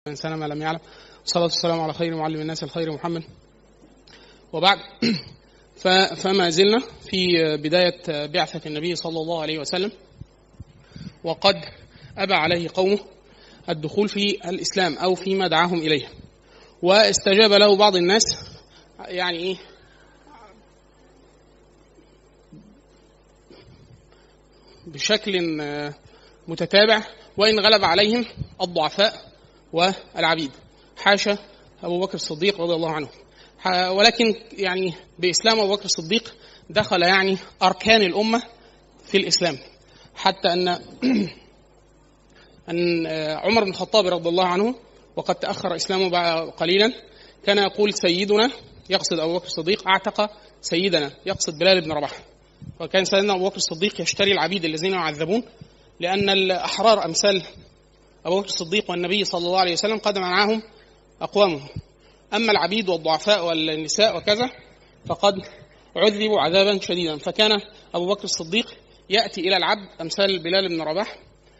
الإنسان ما لم يعلم. والصلاة والسلام على خير معلم الناس الخير محمد. وبعد فما زلنا في بداية بعثة النبي صلى الله عليه وسلم، وقد أبى عليه قومه الدخول في الإسلام أو فيما دعاهم إليه، واستجاب له بعض الناس يعني بشكل متتابع، وإن غلب عليهم الضعفاء والعبيد، حاشا أبو بكر الصديق رضي الله عنه. ولكن يعني بإسلام أبو بكر الصديق دخل يعني أركان الأمة في الإسلام، حتى أن عمر بن الخطاب رضي الله عنه وقد تأخر إسلامه قليلا كان يقول سيدنا، يقصد أبو بكر الصديق، أعتق سيدنا، يقصد بلال بن رباح. وكان سيدنا أبو بكر الصديق يشتري العبيد الذين يعذبون، لأن الأحرار أمثال أبو بكر الصديق والنبي صلى الله عليه وسلم قد منعهم أقوامهم، أما العبيد والضعفاء والنساء وكذا فقد عذبوا عذابا شديدا. فكان أبو بكر الصديق يأتي إلى العبد أمثال بلال بن رباح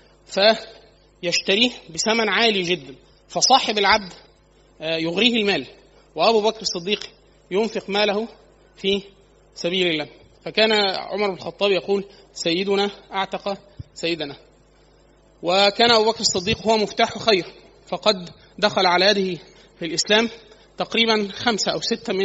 فيشتريه بثمن عالي جدا، فصاحب العبد يغريه المال، وأبو بكر الصديق ينفق ماله في سبيل الله. فكان عمر بن الخطاب يقول سيدنا أعتق سيدنا. وكان أبو بكر الصديق هو مفتاح خير، فقد دخل على يده في الإسلام تقريبا 5 أو 6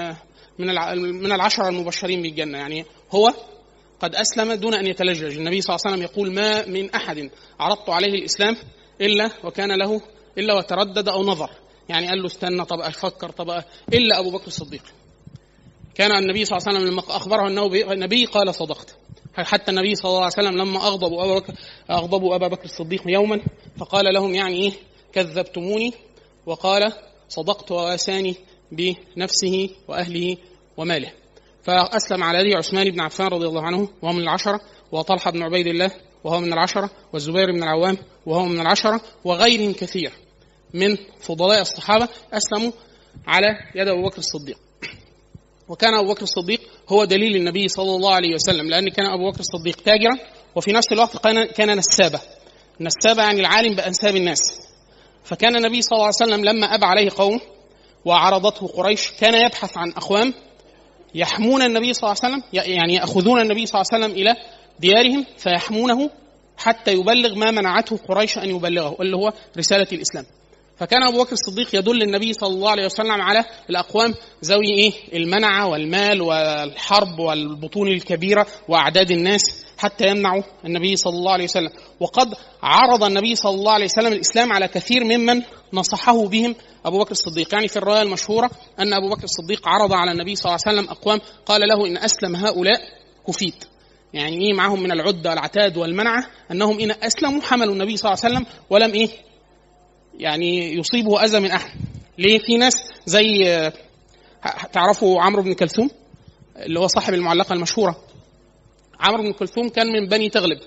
من العشرة المبشرين بالجنة. يعني هو قد أسلم دون أن يتلجج. النبي صلى الله عليه وسلم يقول ما من أحد عرضت عليه الإسلام إلا وكان له إلا وتردد أو نظر، يعني قال له استنى، طب أفكر، طب إلا أبو بكر الصديق. كان النبي صلى الله عليه وسلم لما أخبره أنه نبي قال صدقت. حتى النبي صلى الله عليه وسلم لما أغضبوا أبا بكر الصديق يوما فقال لهم يعني إيه كذبتموني، وقال صدقت وواساني بنفسه وأهله وماله. فأسلم على يده عثمان بن عفان رضي الله عنه وهو من العشرة، وطلحة بن عبيد الله وهو من العشرة، والزبير بن العوام وهو من العشرة، وغير كثير من فضلاء الصحابة أسلموا على يد أبو بكر الصديق. وكان أبو بكر الصديق هو دليل النبي صلى الله عليه وسلم، لأن كان أبو بكر الصديق تاجرا وفي نفس الوقت كان نسابة يعني العالم بأنساب الناس. فكان النبي صلى الله عليه وسلم لما أبى عليه قوم وعرضته قريش كان يبحث عن أقوام يحمون النبي صلى الله عليه وسلم، يعني يأخذون النبي صلى الله عليه وسلم إلى ديارهم فيحمونه حتى يبلغ ما منعته قريش أن يبلغه، اللي هو رسالة الإسلام. فكان أبو بكر الصديق يدل النبي صلى الله عليه وسلم على الأقوام ذوي المنعة والمال والحرب والبطون الكبيرة وأعداد الناس حتى يمنعوا النبي صلى الله عليه وسلم. وقد عرض النبي صلى الله عليه وسلم الإسلام على كثير ممن نصحه بهم أبو بكر الصديق. يعني في الرواية المشهورة أن أبو بكر الصديق عرض على النبي صلى الله عليه وسلم أقوام قال له إن أسلم هؤلاء كفيت، يعني معهم من العدة والعتاد والمنعة أنهم إن أسلموا حملوا النبي صلى الله عليه وسلم ولم يعني يصيبه أذى من أحد. ليه؟ في ناس زي تعرفوا عمرو بن كلثوم اللي هو صاحب المعلقة المشهورة. عمرو بن كلثوم كان من بني تغلب،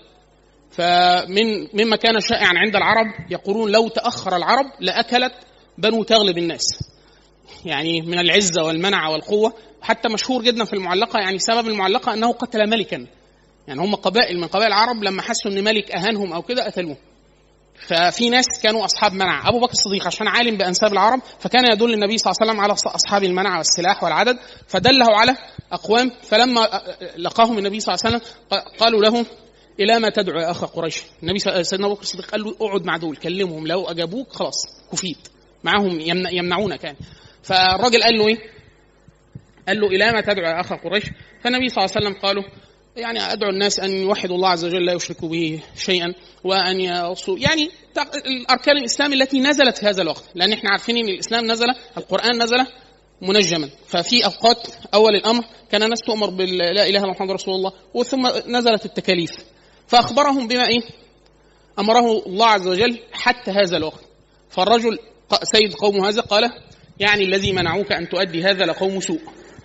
مما كان شائعا عند العرب يقولون لو تأخر العرب لأكلت بنو تغلب الناس، يعني من العزة والمنع والقوة. حتى مشهور جدا في المعلقة، يعني سبب المعلقة أنه قتل ملكا، يعني هم قبائل من قبائل العرب لما حسوا أن ملك أهانهم أو كده قتلوه. ففي ناس كانوا أصحاب منع. أبو بكر الصديق عشان عالم بأنساب العرب فكان يدل النبي صلى الله عليه وسلم على أصحاب المنع والسلاح والعدد، فدله على أقوام. فلما لقاهم النبي صلى الله عليه وسلم قالوا له إلى ما تدعو يا أخ قريش. النبي سيدنا أبو بكر الصديق قال له اقعد مع دول كلمهم، لو أجابوك خلاص كفيت، معهم يمنعونك يعني. فالراجل قال له قال له إلى ما تدعو يا أخ قريش. فالنبي صلى الله عليه وسلم قالوا يعني أدعو الناس أن يوحدوا الله عز وجل لا يشركوا به شيئا، وأن يصوا يعني الأركان الإسلام التي نزلت في هذا الوقت، لأن إحنا عارفين أن الإسلام نزل، القرآن نزل منجما. ففي أوقات أول الأمر كان الناس تؤمر باللا إله إلا محمد رسول الله، وثم نزلت التكاليف فأخبرهم بما أمره الله عز وجل حتى هذا الوقت. فالرجل سيد قوم هذا قال يعني الذي منعوك أن تؤدي هذا لقوم سوء.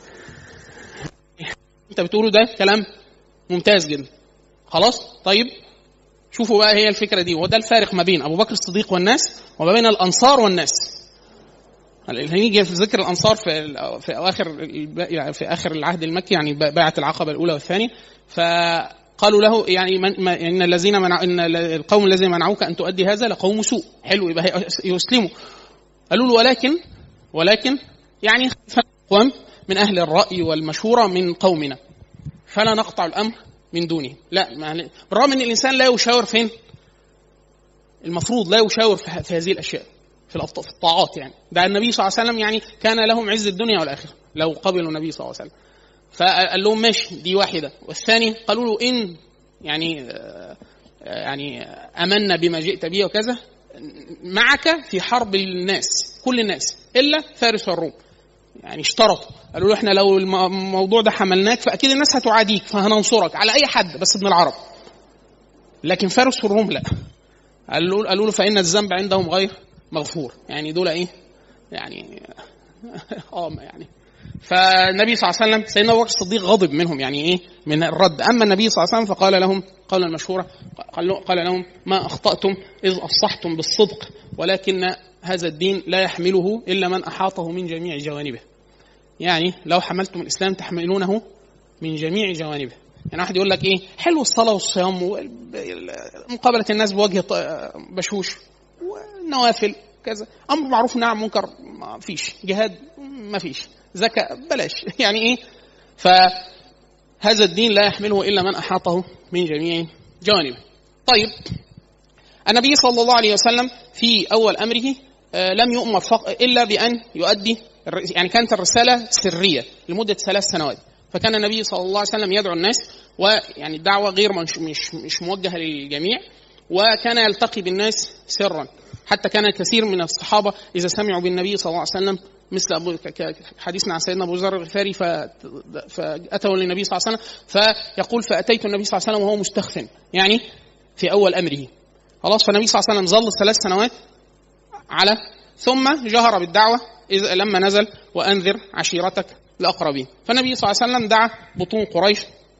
أنت بتقوله ده كلام ممتاز جدا، خلاص طيب شوفوا بقى هي الفكرة دي. وده الفارق ما بين أبو بكر الصديق والناس وما بين الأنصار والناس. هنيجي في ذكر الأنصار في آخر العهد المكي، يعني بيعة العقبة الأولى والثانية. قالوا له يعني إن القوم الذين منعوك أن تؤدي هذا لقوم سوء. حلو، يبقى يسلموا. قالوا له ولكن يعني قوم من أهل الرأي والمشورة من قومنا فلا نقطع الأمر من دونه. لا، بالرغم أن الإنسان لا يشاور فين؟ المفروض لا يشاور في هذه الأشياء، في الطاعات. يعني ده النبي صلى الله عليه وسلم يعني كان لهم عز الدنيا والآخرة لو قبلوا النبي صلى الله عليه وسلم. فقال لهم ماشي، دي واحدة. والثاني قالوا له إن يعني أمنا بما جئت به وكذا، معك في حرب الناس، كل الناس إلا فارس والروم. يعني اشترطوا، قالوا له احنا لو الموضوع ده حملناك فأكيد الناس هتعاديك فهننصرك على أي حد بس ابن العرب، لكن فارس والروم لا. قالوا له فإن الذنب عندهم غير مغفور. يعني دول ايه يعني يعني فالنبي صلى الله عليه وسلم سيدنا ابو بكر الصديق غضب منهم، يعني ايه من الرد. اما النبي صلى الله عليه وسلم فقال لهم قولا مشهورا، قال لهم ما اخطأتم اذ افصحتم بالصدق، ولكن هذا الدين لا يحمله الا من احاطه من جميع جوانبه. يعني لو حملتم الاسلام تحملونه من جميع جوانبه. يعني واحد يقول لك ايه حلو الصلاه والصيام ومقابله الناس بوجه بشوش والنوافل كذا، امر معروف نعم منكر ما فيش، جهاد ما فيش، زكاه بلاش، يعني ايه. فهذا الدين لا يحمله الا من احاطه من جميع جوانبه. طيب النبي صلى الله عليه وسلم في اول امره لم يؤمر الا بان يؤدي، يعني كانت الرساله سريه لمده 3 سنوات. فكان النبي صلى الله عليه وسلم يدعو الناس، ويعني الدعوه غير مش موجهه للجميع، وكان يلتقي بالناس سرا. حتى كان كثير من الصحابه اذا سمعوا بالنبي صلى الله عليه وسلم، مثل حديثنا عن سيدنا ابو ذر الغفاري، فاتوا للنبي صلى الله عليه وسلم فيقول فاتيت النبي صلى الله عليه وسلم وهو مستخف، يعني في اول امره خلاص. فالنبي صلى الله عليه وسلم ظل 3 سنوات على، ثم جهر بالدعوه اذا لما نزل وانذر عشيرتك الاقربين. فالنبي صلى الله عليه وسلم دعا بطون قريش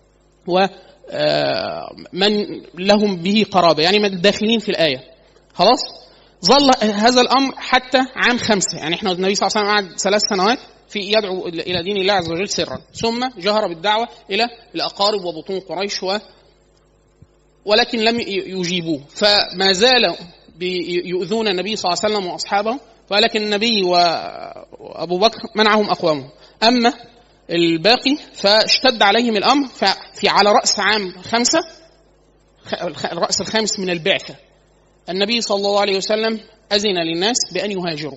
ومن لهم به قرابه، يعني من الداخلين في الايه. خلاص ظل هذا الامر حتى عام 5. يعني احنا النبي صلى الله عليه وسلم قعد 3 سنوات في يدعو الى دين الله عز وجل سرا، ثم جهر بالدعوه الى الاقارب وبطون قريش ولكن لم يجيبوه. فما زالوا يؤذون النبي صلى الله عليه وسلم واصحابه، ولكن النبي وابو بكر منعهم اقوامهم. اما الباقي فاشتد عليهم الامر. في على راس عام 5، الراس الخامس من البعثه، النبي صلى الله عليه وسلم اذن للناس بان يهاجروا.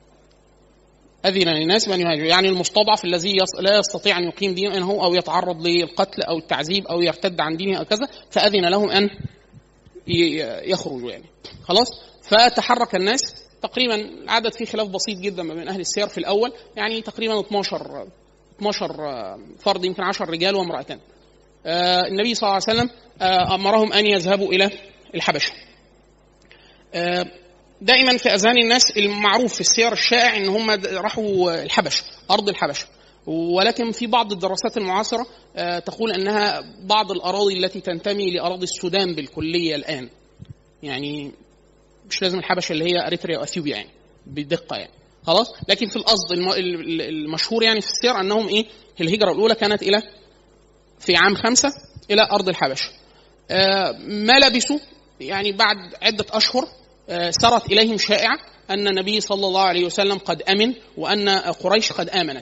يعني المستضعف الذي لا يستطيع ان يقيم دينه او يتعرض للقتل او التعذيب او يرتد عن دينه او كذا، فاذن لهم ان يخرجوا يعني. خلاص فتحرك الناس تقريبا، العدد فيه خلاف بسيط جدا ما بين اهل السير في الاول، يعني تقريبا 12 فرد، يمكن 10 رجال وامرأتان. النبي صلى الله عليه وسلم امرهم ان يذهبوا الى الحبشه. دائما في اذهان الناس المعروف في السير الشائع ان هم راحوا الحبشه، ارض الحبشه، ولكن في بعض الدراسات المعاصره تقول انها بعض الاراضي التي تنتمي لاراضي السودان بالكليه الان. يعني مش لازم الحبشه اللي هي اريتريا واثيوبيا يعني بدقه يعني. خلاص، لكن في القصد المشهور يعني في السير انهم ايه، الهجره الاولى كانت الى في عام 5 الى ارض الحبشه. ما لبثوا يعني بعد عده اشهر سرت اليهم شائعه ان النبي صلى الله عليه وسلم قد امن وان قريش قد امنت.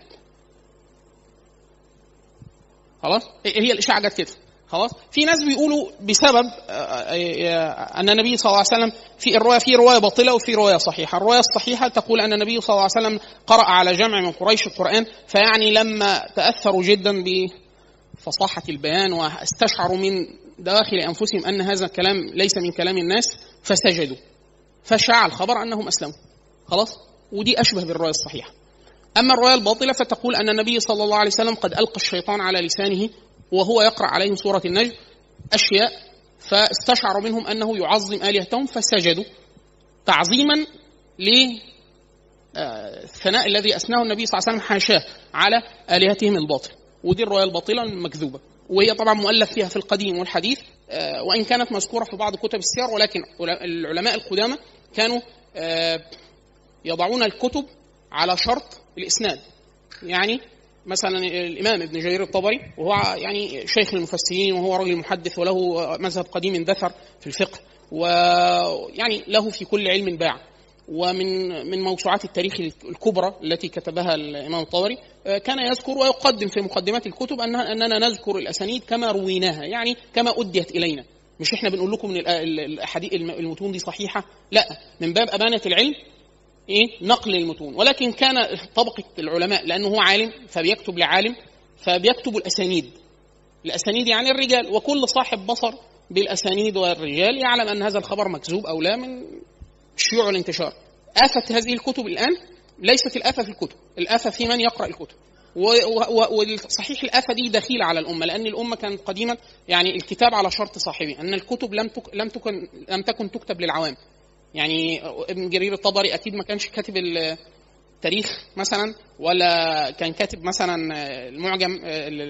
خلاص، هي الاشاعه جت كده. خلاص، في ناس بيقولوا بسبب ان النبي صلى الله عليه وسلم في روايه باطله وفي روايه صحيحه. الروايه الصحيحه تقول ان النبي صلى الله عليه وسلم قرأ على جمع من قريش القرآن، فيعني لما تاثروا جدا بفصاحه البيان واستشعروا من داخل انفسهم ان هذا الكلام ليس من كلام الناس فسجدوا، فشاع الخبر انهم اسلموا. خلاص، ودي اشبه بالروايه الصحيحه. اما الروايه الباطله فتقول ان النبي صلى الله عليه وسلم قد القى الشيطان على لسانه وهو يقرأ عليهم سورة النجم أشياء، فاستشعروا منهم أنه يعظم آلهتهم فسجدوا تعظيما للثناء الذي أثناه النبي صلى الله عليه وسلم حاشاه على آلهتهم الباطل. ودي الرواية الباطلة المكذوبة، وهي طبعا مؤلف فيها في القديم والحديث، وإن كانت مذكورة في بعض كتب السير، ولكن العلماء القدامى كانوا يضعون الكتب على شرط الإسناد. يعني مثلا الإمام ابن جرير الطبري، وهو يعني شيخ المفسرين وهو رجل محدث وله مذهب قديم اندثر في الفقه، ويعني له في كل علم باع، ومن موسوعات التاريخ الكبرى التي كتبها الإمام الطبري كان يذكر ويقدم في مقدمات الكتب أننا نذكر الأسانيد كما رويناها، يعني كما أديت إلينا، مش إحنا بنقول لكم من الأحاديث المتون دي صحيحة، لا، من باب أمانة العلم نقل المتون. ولكن كان طبقة العلماء لأنه هو عالم فبيكتب لعالم، فبيكتب الأسانيد يعني الرجال، وكل صاحب بصر بالأسانيد والرجال يعلم أن هذا الخبر مكذوب أو لا من الشيوع والانتشار. آفة هذه الكتب الآن ليست الآفة في الكتب، الآفة في من يقرأ الكتب. والصحيح الآفة دي دخيلة على الأمة، لأن الأمة كانت قديما يعني الكتاب على شرط صاحبه، أن الكتب لم تكن تكتب للعوام. يعني ابن جرير الطبري أكيد ما كانش كاتب التاريخ مثلا، ولا كان كاتب مثلا المعجم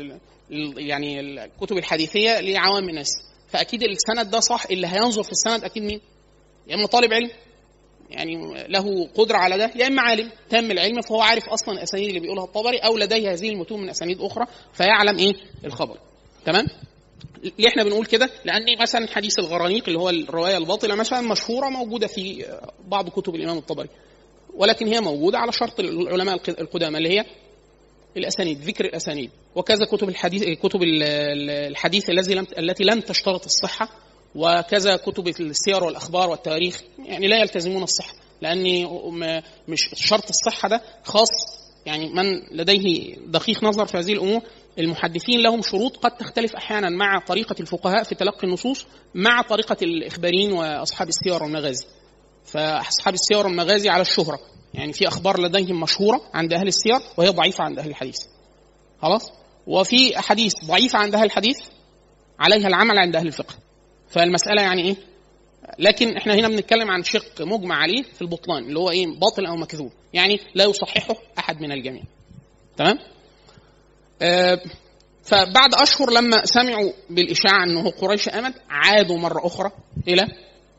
يعني الكتب الحديثية لعوام الناس، فأكيد السند ده صح، اللي هينظر في السند أكيد مين؟ يا إما طالب علم يعني له قدرة على ده، يا إما عالم تام العلم فهو عارف أصلا الأسانيد اللي بيقولها الطبري، أو لديه هذه المتون من أسانيد أخرى فيعلم الخبر. تمام؟ ليه احنا بنقول كده؟ لأن مثلا حديث الغرانيق اللي هو الرواية الباطلة مثلا مشهورة، موجودة في بعض كتب الإمام الطبري، ولكن هي موجودة على شرط العلماء القدامى اللي هي الأسانيد، ذكر الأسانيد. وكذا كتب الحديث التي لم تشترط الصحة، وكذا كتب السير والأخبار والتاريخ يعني لا يلتزمون الصحة، لأن مش شرط الصحة ده خاص، يعني من لديه دقيق نظر في هذه الأمور، المحدثين لهم شروط قد تختلف أحيانا مع طريقة الفقهاء في تلقي النصوص مع طريقة الإخباريين وأصحاب السير والمغازي. فأصحاب السير والمغازي على الشهرة، يعني في أخبار لديهم مشهورة عند أهل السير وهي ضعيفة عند أهل الحديث، خلاص، وفي أحاديث ضعيفة عند أهل الحديث عليها العمل عند أهل الفقه. فالمسألة يعني لكن احنا هنا بنتكلم عن شق مجمع عليه في البطلان، اللي هو باطل أو مكذوب، يعني لا يصححه أحد من الجميع. تمام؟ فبعد أشهر لما سمعوا بالإشاعة أنه قريش آمنت، عادوا مرة أخرى إلى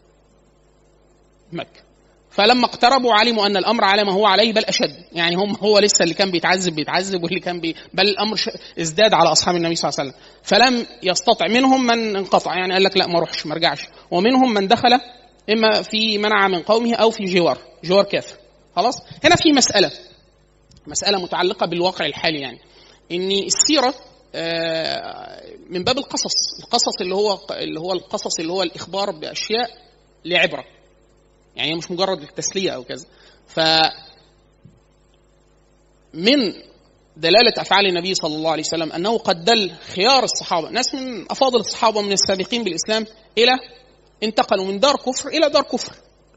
مكة. فلما اقتربوا علموا أن الأمر على ما هو عليه بل أشد، يعني هو لسه اللي كان بيتعذب واللي كان بل الأمر ازداد على أصحاب النبي صلى الله عليه وسلم. فلم يستطع، منهم من انقطع يعني قال لك لا ما روحش ما رجعش، ومنهم من دخل إما في منع من قومه أو في جوار كافر. خلاص، هنا في مسألة متعلقة بالواقع الحالي، يعني إن السيرة من باب القصص اللي هو القصص اللي هو الإخبار بأشياء لعبرة، يعني مش مجرد التسلية أو كذا. فمن دلالة أفعال النبي صلى الله عليه وسلم أنه قد دل خيار الصحابة، ناس من أفاضل الصحابة من السابقين بالإسلام انتقلوا من دار كفر إلى دار كفر.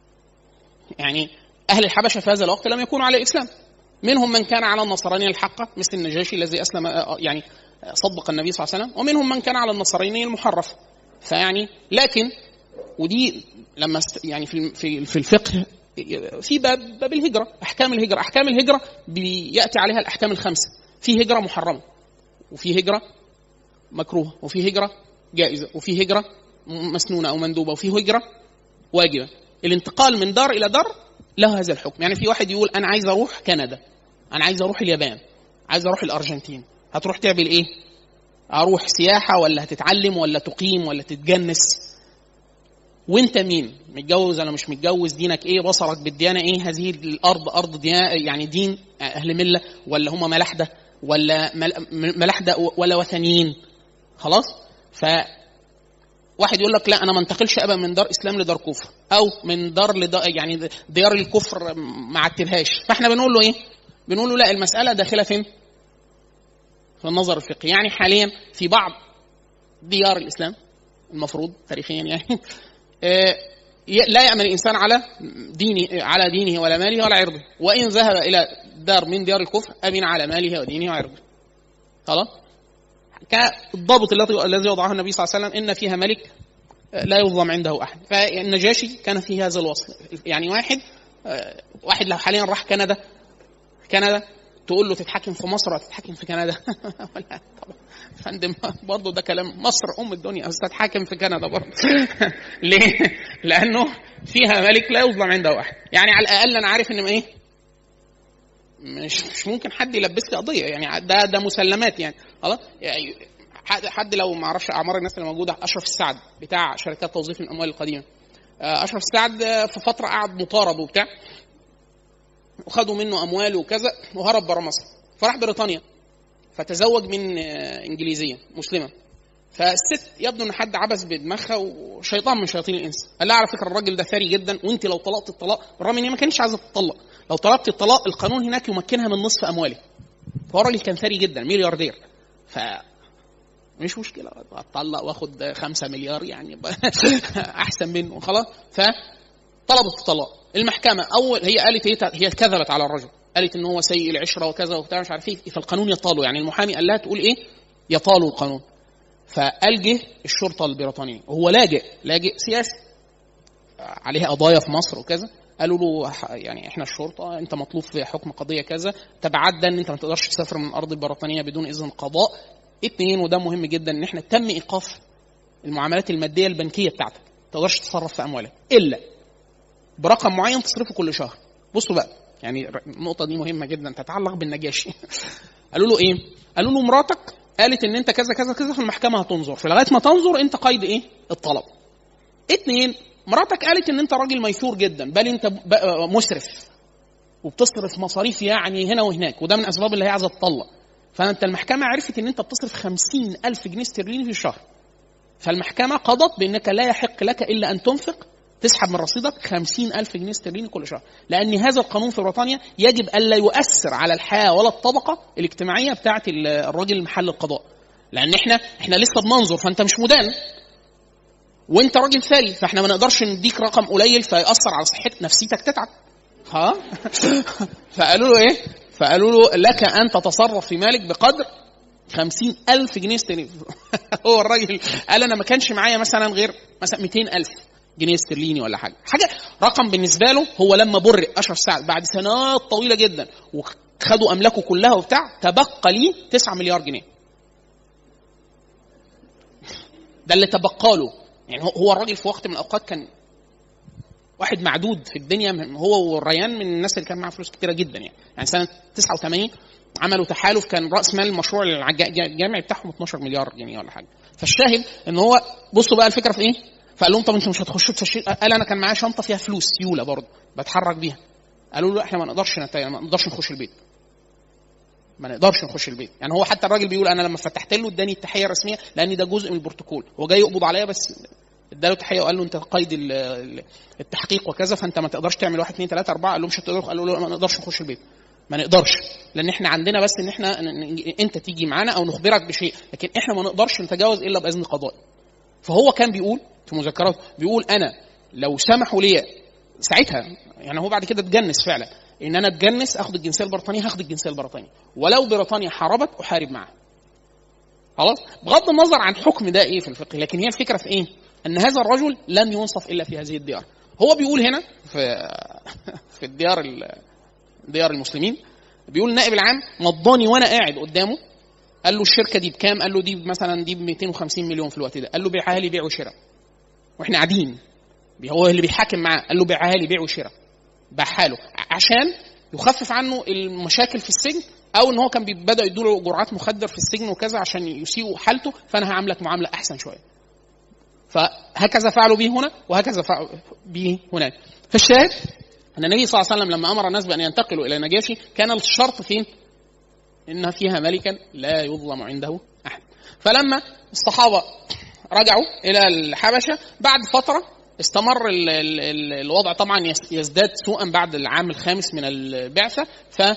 يعني أهل الحبشة في هذا الوقت لم يكونوا على الإسلام، منهم من كان على النصرانية الحقة مثل النجاشي الذي أسلم يعني صدق النبي صلى الله عليه وسلم، ومنهم من كان على النصرانية المحرفة. فيعني لكن ودي لما يعني في الفقه في باب الهجرة، أحكام الهجرة بيأتي عليها الأحكام الخمسة، في هجرة محرمة، وفي هجرة مكروهة، وفي هجرة جائزة، وفي هجرة مسنونة أو مندوبة، وفي هجرة واجبة. الانتقال من دار إلى دار له هذا الحكم. يعني في واحد يقول أنا عايز أروح كندا، أنا عايز أروح اليابان، عايز أروح الأرجنتين، هتروح تعمل إيه؟ أروح سياحة ولا هتتعلم ولا تقيم ولا تتجنس؟ وانت مين؟ متجوز ولا مش متجوز؟ دينك ايه؟ بصرك بالديانه ايه؟ هذه الارض ارض ديانه يعني دين اهل مله، ولا هم ملاحده، ولا ملاحده ولا وثنيين؟ خلاص. ف واحد يقول لك لا انا ما انتقلش ابدا من دار اسلام لدار كفر، او من دار يعني ديار الكفر ما عتبهاش. فاحنا بنقول له بنقول له لا، المساله داخله فين؟ في النظر الفقهي. يعني حاليا في بعض ديار الاسلام المفروض تاريخيا يعني لا يأمن الإنسان على دينه ولا ماله ولا عرضه، وإن ذهب إلى دار من ديار الكفر أمن على ماله ودينه وعرضه. خلاص، كالضابط الذي وضعه النبي صلى الله عليه وسلم إن فيها ملك لا يظلم عنده أحد. فالنجاشي كان فيه هذا الوصف. يعني واحد لو حاليا راح كندا تقول له تتحكم في مصر وتتحكم في كندا ولا طبعا فندم برضه ده كلام مصر الدنيا، بس تتحكم في كندا برضه ليه؟ لأنه فيها ملك لا يظلم عنده أحد. يعني على الأقل أنا عارف إن مش ممكن حد يلبس لي قضيه يعني، ده مسلمات يعني خلاص يعني. حد لو ما اعرفش اعمار الناس اللي موجوده، اشرف السعد بتاع شركات توظيف الاموال القديمه، اشرف السعد في فتره قعد مطارد وبتاع، وخدوا منه اموال وكذا، وهرب برا مصر، فراح بريطانيا، فتزوج من انجليزيه مسلمه. فالست يبدو ان حد عبث بدماغها وشيطان من شياطين الانس، قال لها على فكره الراجل ده ثري جدا، وانت لو طلقت الطلاق، بالرغم ان هي ما كانتش عايزه تطلق، لو طلبت الطلاق القانون هناك يمكنها من نصف اموالك. فهو الراجل كان ثري جدا، ملياردير، ف مش مشكله اطلق واخد 5 مليار يعني احسن منه خلاص. فطلبت الطلاق. المحكمه اول هي قالت ايه، هي كذبت على الرجل، قالت ان هو سيء العشره وكذا وبتاع مش عارف ايه، فالقانون يطاله يعني. المحامي قال لها تقول ايه، يطالوا القانون. فألجه الشرطه البريطانيه، وهو لاجئ سياسي عليه قضايا في مصر وكذا. قالوا له يعني احنا الشرطه، انت مطلوب في حكم قضيه كذا، تبعدى ان انت ما تقدرش تسافر من الارض البريطانيه بدون اذن قضاء. 2 وده مهم جدا، ان احنا تم ايقاف المعاملات الماديه البنكيه بتاعتك، ما تقدرش تتصرف في اموالك الا برقم معين تصرفه كل شهر. بصوا بقى يعني النقطه دي مهمه جدا تتعلق بالنجاشي قالوا له ايه، قالوا له مراتك قالت ان انت كذا كذا كذا، في المحكمه هتنظر، فلغايه ما تنظر انت قيد ايه الطلب. 2 مراتك قالت ان انت راجل ميسور جدا، بل انت مسرف وبتصرف مصاريف يعني هنا وهناك، وده من اسباب اللي هي عايزه تطلق. فانت المحكمه عرفت ان انت بتصرف 50,000 جنيه استرليني في الشهر، فالمحكمه قضت بانك لا يحق لك الا ان تنفق، تسحب من رصيدك 50,000 جنيه استرليني كل شهر، لان هذا القانون في بريطانيا يجب الا يؤثر على الحياه ولا الطبقه الاجتماعيه بتاعه الراجل محل القضاء، لان احنا لسه بننظر، فانت مش مدان وانت راجل ثري، فاحنا ما نقدرش نديك رقم قليل فيأثر على صحتك، نفسيتك تتعب. ها فقالوا له ايه، فقالوا له لك ان تتصرف في مالك بقدر 50,000 جنيه استرليني هو الراجل قال انا ما كانش معايا مثلا غير مثلا 200,000 جنيه استرليني ولا حاجه رقم بالنسبه له. هو لما برئ اشرف سعد بعد سنوات طويله جدا وخدوا املاكه كلها وبتاع، تبقى لي 9 مليار جنيه. ده اللي تبقى له يعني. هو الراجل في وقت من الاوقات كان واحد معدود في الدنيا، هو والريان من الناس اللي كان معاه فلوس كتيره جدا يعني سنه 89 عملوا تحالف، كان راس مال المشروع الجامعي بتاعهم 12 مليار جنيه ولا حاجه. فالشاهد ان هو بصوا بقى الفكره في ايه، فقال لهم طب انتوا مش هتخشوا تفشيل؟ قال انا كان معايا شنطه فيها فلوس سيوله برضه بتحرك بيها. قالوا له احنا ما نقدرش نخش البيت، ما نقدرش نخش البيت يعني. هو حتى الراجل بيقول انا لما فتحت له اداني التحيه الرسميه لان ده جزء من البروتوكول، هو جاي يقبض عليا بس اداله تحيه وقال له انت قيد التحقيق وكذا، فانت ما تقدرش تعمل 1 2 3 4. قال له مش هتقدروا، قالوا له ما نقدرش نخش البيت، ما نقدرش، لان احنا عندنا بس ان احنا انت تيجي معانا او نخبرك بشيء، لكن احنا ما نقدرش نتجاوز الا باذن قضائي. فهو كان بيقول في مذكراته، بيقول انا لو سمحوا لي ساعتها يعني، هو بعد كده اتجنس فعلا، ان انا اتجنس اخد الجنسيه البريطانيه، هاخد الجنسيه البريطانيه ولو بريطانيا حاربت احارب معها خلاص، بغض النظر عن حكم ده ايه في الفقه. لكن هي الفكره في ايه، ان هذا الرجل لم ينصف الا في هذه الديار. هو بيقول هنا في ديار المسلمين، بيقول النائب العام مضاني وانا قاعد قدامه، قال له الشركه دي بكام؟ قال له دي مثلا دي ب 250 مليون في الوقت ده. قال له بيعها لي بيع وشراء واحنا قاعدين، هو اللي بيحاكم معاه. قال له بيعها لي بيع وشراء، باعها له عشان يخفف عنه المشاكل في السجن، او ان هو كان بدا يدوا له جرعات مخدر في السجن وكذا عشان يسيئوا حالته، فانا هعاملك معامله احسن شويه. فهكذا فعلوا به هنا وهكذا فعلوا به هناك. فالشاهد ان النبي صلى الله عليه وسلم لما امر الناس بان ينتقلوا الى نجاشي، كان الشرط فين؟ ان فيها ملكا لا يظلم عنده احد. فلما الصحابه رجعوا الى الحبشه بعد فتره، استمر الوضع طبعا يزداد سوءا بعد العام الخامس من البعثه. فبدأ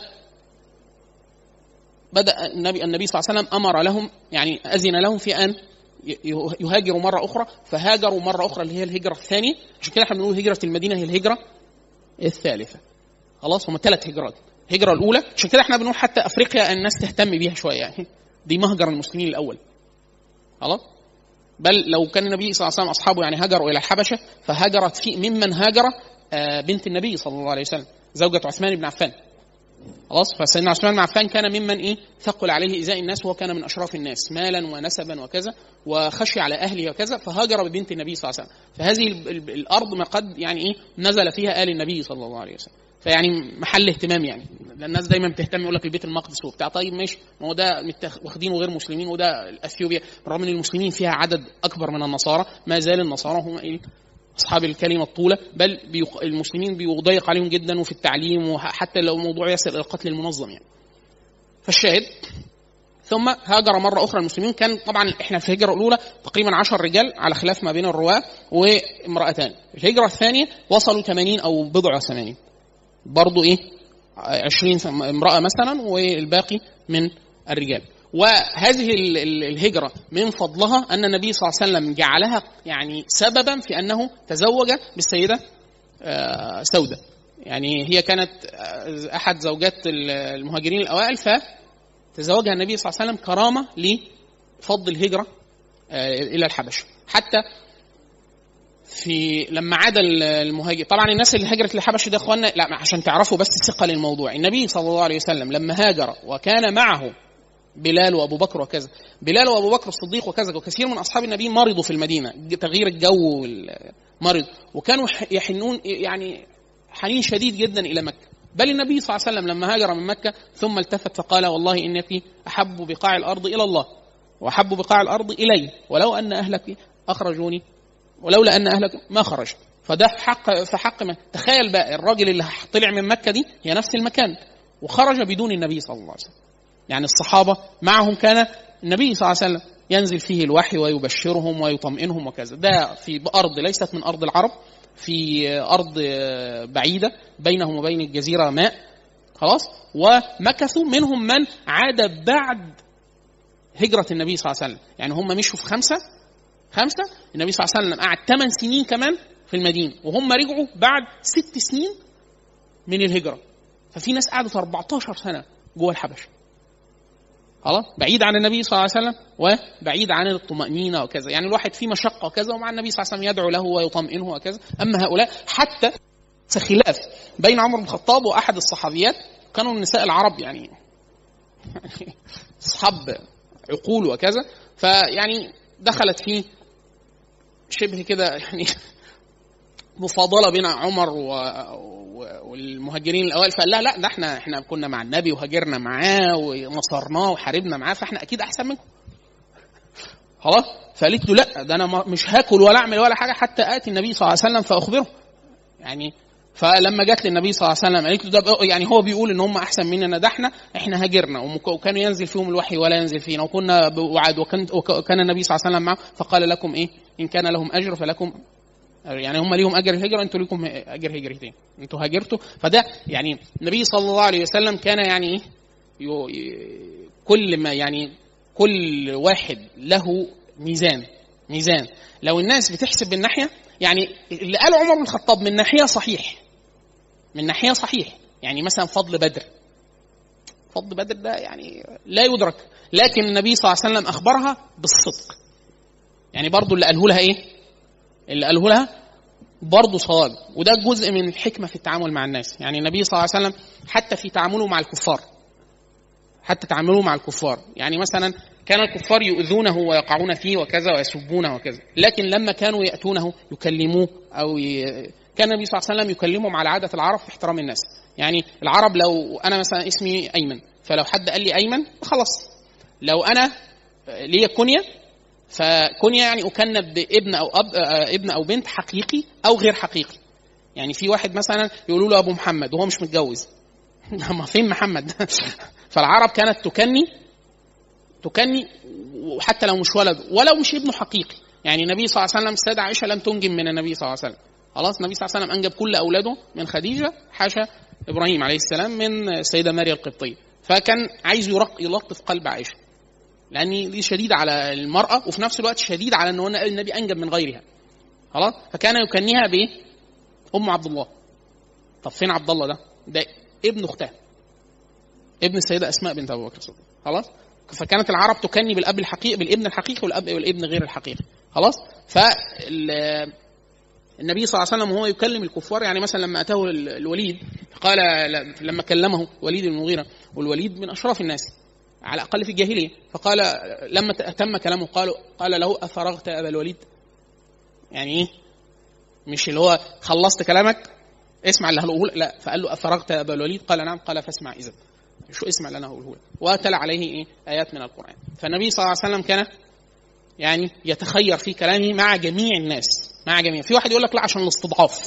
النبي صلى الله عليه وسلم امر لهم يعني اذن لهم في ان يهاجروا مره اخرى، فهاجروا مره اخرى اللي هي الهجره الثانيه. عشان كده احنا بنقول هجره المدينه هي الهجره الثالثه. خلاص هم 3 هجرات. الهجره الاولى عشان كده احنا بنقول حتى افريقيا الناس تهتم بيها شويه يعني، دي مهجر المسلمين الاول خلاص. بل لو كان النبي صلى الله عليه وسلم اصحابه يعني هاجروا الى الحبشه، فهاجرت في ممن هاجر بنت النبي صلى الله عليه وسلم زوجة عثمان بن عفان خلاص. فسيدنا عثمان بن عفان كان ممن ثقل عليه إزاء الناس، وهو كان من أشراف الناس مالا ونسبا وكذا، وخشي على أهله وكذا، فهاجر ببنت النبي صلى الله عليه وسلم. فهذه الأرض ما قد يعني نزل فيها آل النبي صلى الله عليه وسلم. فيعني محل اهتمام يعني. الناس دايما بتهتم يقول لك البيت المقدس وبتاع، طيب ماشي، ما هو ده واخدينه غير مسلمين، وده اثيوبيا رغم ان المسلمين فيها عدد اكبر من النصارى، ما زال النصارى هم اصحاب الكلمه الطوله، بل المسلمين بيضيق عليهم جدا وفي التعليم، وحتى لو موضوع يصل الى القتل المنظم يعني. فالشاهد، ثم هاجر مرة أخرى المسلمين. كان طبعا إحنا في الهجرة الأولى تقريبا 10 رجال على خلاف ما بين الرواة وامرأتان. الهجرة الثانية وصلوا 80 أو بضع 80، برضو 20 امرأة مثلا والباقي من الرجال. وهذه الهجرة من فضلها أن النبي صلى الله عليه وسلم جعلها يعني سببا في أنه تزوج بالسيدة سودة. يعني هي كانت أحد زوجات المهاجرين الأوائل، فتزوجها النبي صلى الله عليه وسلم كرامة لفضل الهجرة إلى الحبشة. حتى في لما عاد المهاجر، طبعا الناس اللي هاجرت للحبشة ده اخواننا لا عشان تعرفوا بس ثقة للموضوع، النبي صلى الله عليه وسلم لما هاجر وكان معه بلال وابو بكر وكذا، بلال وابو بكر الصديق وكذا، وكثير من اصحاب النبي مرضوا في المدينة، تغيير الجو والمرض، وكانوا يحنون يعني حنين شديد جدا الى مكة. بل النبي صلى الله عليه وسلم لما هاجر من مكة ثم التفت فقال والله انك احب بقاع الارض الى الله واحب بقاع الارض الي، ولو ان اهلك اخرجوني ولولا ان اهلك ما خرج. فده في حق من تخيل بقى الراجل اللي طلع من مكة دي هي نفس المكان وخرج بدون النبي صلى الله عليه وسلم. يعني الصحابة معهم كان النبي صلى الله عليه وسلم ينزل فيه الوحي ويبشرهم ويطمئنهم وكذا. ده في أرض ليست من أرض العرب، في أرض بعيدة بينهم وبين الجزيرة ماء خلاص. ومكثوا منهم من عاد بعد هجرة النبي صلى الله عليه وسلم، يعني هم مشوا في خمسة، النبي صلى الله عليه وسلم قعد 8 سنين كمان في المدينة، وهم رجعوا بعد 6 سنين من الهجرة. ففي ناس قعدوا 14 سنة جوه الحبشة خلاص، بعيد عن النبي صلى الله عليه وسلم وبعيد عن الطمأنينة وكذا. يعني الواحد في مشقة وكذا ومع النبي صلى الله عليه وسلم يدعو له ويطمئنه وكذا. أما هؤلاء حتى خلاف بين عمر بن الخطاب وأحد الصحابيات، كانوا النساء العرب يعني أصحاب عقول وكذا، فيعني دخلت فيه شبه كده يعني مفاضلة بين عمر والمهاجرين الأوائل. فقال لا ده احنا كنا مع النبي وهاجرنا معاه ونصرناه وحاربنا معاه، فاحنا أكيد أحسن منكم خلاص. فقالت له لا ده أنا مش هاكل ولا أعمل ولا حاجة حتى آتي النبي صلى الله عليه وسلم فأخبره يعني. فلما جت للنبي صلى الله عليه وسلم قالت له ده يعني هو بيقول ان هم احسن مننا، ده احنا هاجرنا وكانوا ينزل فيهم الوحي ولا ينزل فينا وكنا وعد وكان النبي صلى الله عليه وسلم معه، فقال لكم ان كان لهم اجر فلكم، يعني هم ليهم اجر الهجره انتوا لكم اجر هجرتين، انتوا هاجرتوا. فده يعني النبي صلى الله عليه وسلم كان يعني كل ما يعني كل واحد له ميزان. لو الناس بتحسب بالناحيه، يعني اللي قاله عمر بن الخطاب من ناحيه صحيح يعني مثلا فضل بدر ده يعني لا يدرك، لكن النبي صلى الله عليه وسلم أخبرها بالصدق. يعني برضو اللي قاله لها برضو صواب، وده جزء من الحكمة في التعامل مع الناس. يعني النبي صلى الله عليه وسلم حتى في تعامله مع الكفار، يعني مثلا كان الكفار يؤذونه ويقعون فيه وكذا ويسبونه وكذا، لكن لما كانوا يأتونه يكلموه كان النبي صلى الله عليه وسلم يكلمهم على عادة العرب في احترام الناس. يعني العرب لو أنا مثلا اسمي أيمن، فلو حد قال لي أيمن خلاص، لو أنا لي كنية فكنية يعني أكنب بابن أو ابن أو بنت حقيقي أو غير حقيقي. يعني في واحد مثلا يقولوا له أبو محمد وهو مش متجوز ما فين محمد فالعرب كانت تكني وحتى لو مش ولد ولو مش ابنه حقيقي. يعني النبي صلى الله عليه وسلم السيدة عائشة لم تنجب من النبي صلى الله عليه وسلم خلاص، النبي صلى الله عليه وسلم أنجب كل أولاده من خديجة، حاشا إبراهيم عليه السلام من السيدة ماريا القبطية. فكان عايز يلطف قلب عائشة لأن دي شديد على المرأة وفي نفس الوقت شديد على أنه النبي أنجب من غيرها خلاص. فكان يكنيها بأم عبد الله. طب فين عبد الله ده ابن أختها، ابن السيدة أسماء بنت أبو بكر الصديق خلاص. فكانت العرب تكني بالأب الحقيقي بالابن الحقيقي والابن غير الحقيقي خلاص. النبي صلى الله عليه وسلم وهو يكلم الكفار، يعني مثلا لما أتاه الوليد قال لما كلمه وليد بن المغيرة، والوليد من أشراف الناس على الأقل في الجاهلية، فقال لما تم كلامه قال له أفرغت أبا الوليد، يعني مش اللي هو خلصت كلامك اسمع اللي هقوله. لا، فقال له افرغت يا ابا الوليد؟ قال نعم. قال فاسمع اذا. شو اسمع اللي انا هقوله؟ واتل عليه ايه؟ ايات من القران. فالنبي صلى الله عليه وسلم كان يعني يتخير في كلامه مع جميع الناس، مع جميع. في واحد يقول لك لا عشان الاستضعاف.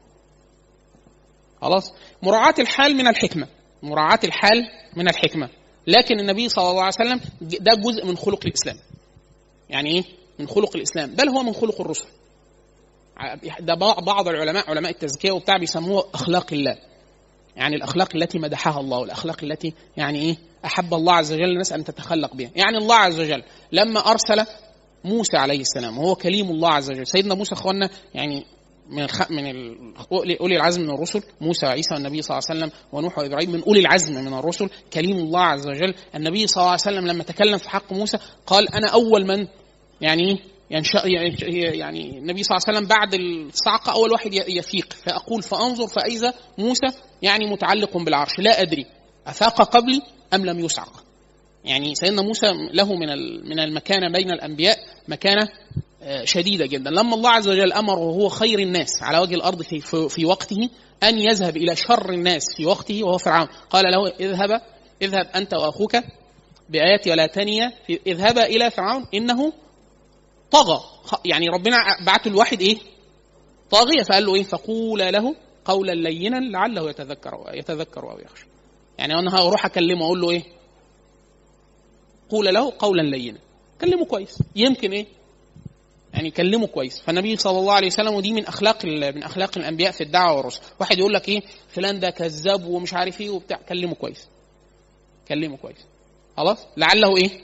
خلاص، مراعاة الحال من الحكمة، مراعاة الحال من الحكمة. لكن النبي صلى الله عليه وسلم ده جزء من خلق الإسلام. يعني إيه من خلق الإسلام؟ بل هو من خلق الرسل. ده بعض العلماء، علماء التزكية وبتاع، بيسموه أخلاق الله. يعني الأخلاق التي مدحها الله، والأخلاق التي يعني إيه أحب الله عز وجل الناس أن تتخلق بها. يعني الله عز وجل لما أرسل موسى عليه السلام وهو كليم الله عز وجل، سيدنا موسى اخوانا يعني من أولي العزم من الرسل، موسى وعيسى والنبي صلى الله عليه وسلم ونوح وإبراهيم من أولي العزم من الرسل، كليم الله عز وجل. النبي صلى الله عليه وسلم لما تكلم في حق موسى قال أنا أول من يعني النبي صلى الله عليه وسلم بعد الصعقة أول واحد يفيق، فأقول فأنظر فإذا موسى يعني متعلق بالعرش، لا أدري أفاق قبلي أم لم يصعق. يعني سيدنا موسى له من المكانة بين الأنبياء مكانة شديدة جدا. لما الله عز وجل أمره وهو خير الناس على وجه الأرض في وقته أن يذهب إلى شر الناس في وقته وهو فرعون، قال له اذهب أنت وأخوك بآياتي ولا تنيا اذهبا إلى فرعون إنه طغى. يعني ربنا بعته الواحد إيه طاغية، فقال له إيه فقولا له قولا لينا لعله يتذكر أو يخشى. يعني أنا هروح أكلمه أقول له إيه قول له قولا لينا، كلمه كويس يمكن ايه يعني كلمه كويس. فالنبي صلى الله عليه وسلم، ودي من اخلاق الانبياء في الدعوه والرسل. واحد يقول لك ايه فلان ده كذاب ومش عارف ايه وبتاع، كلمه كويس، كلمه كويس خلاص، لعله ايه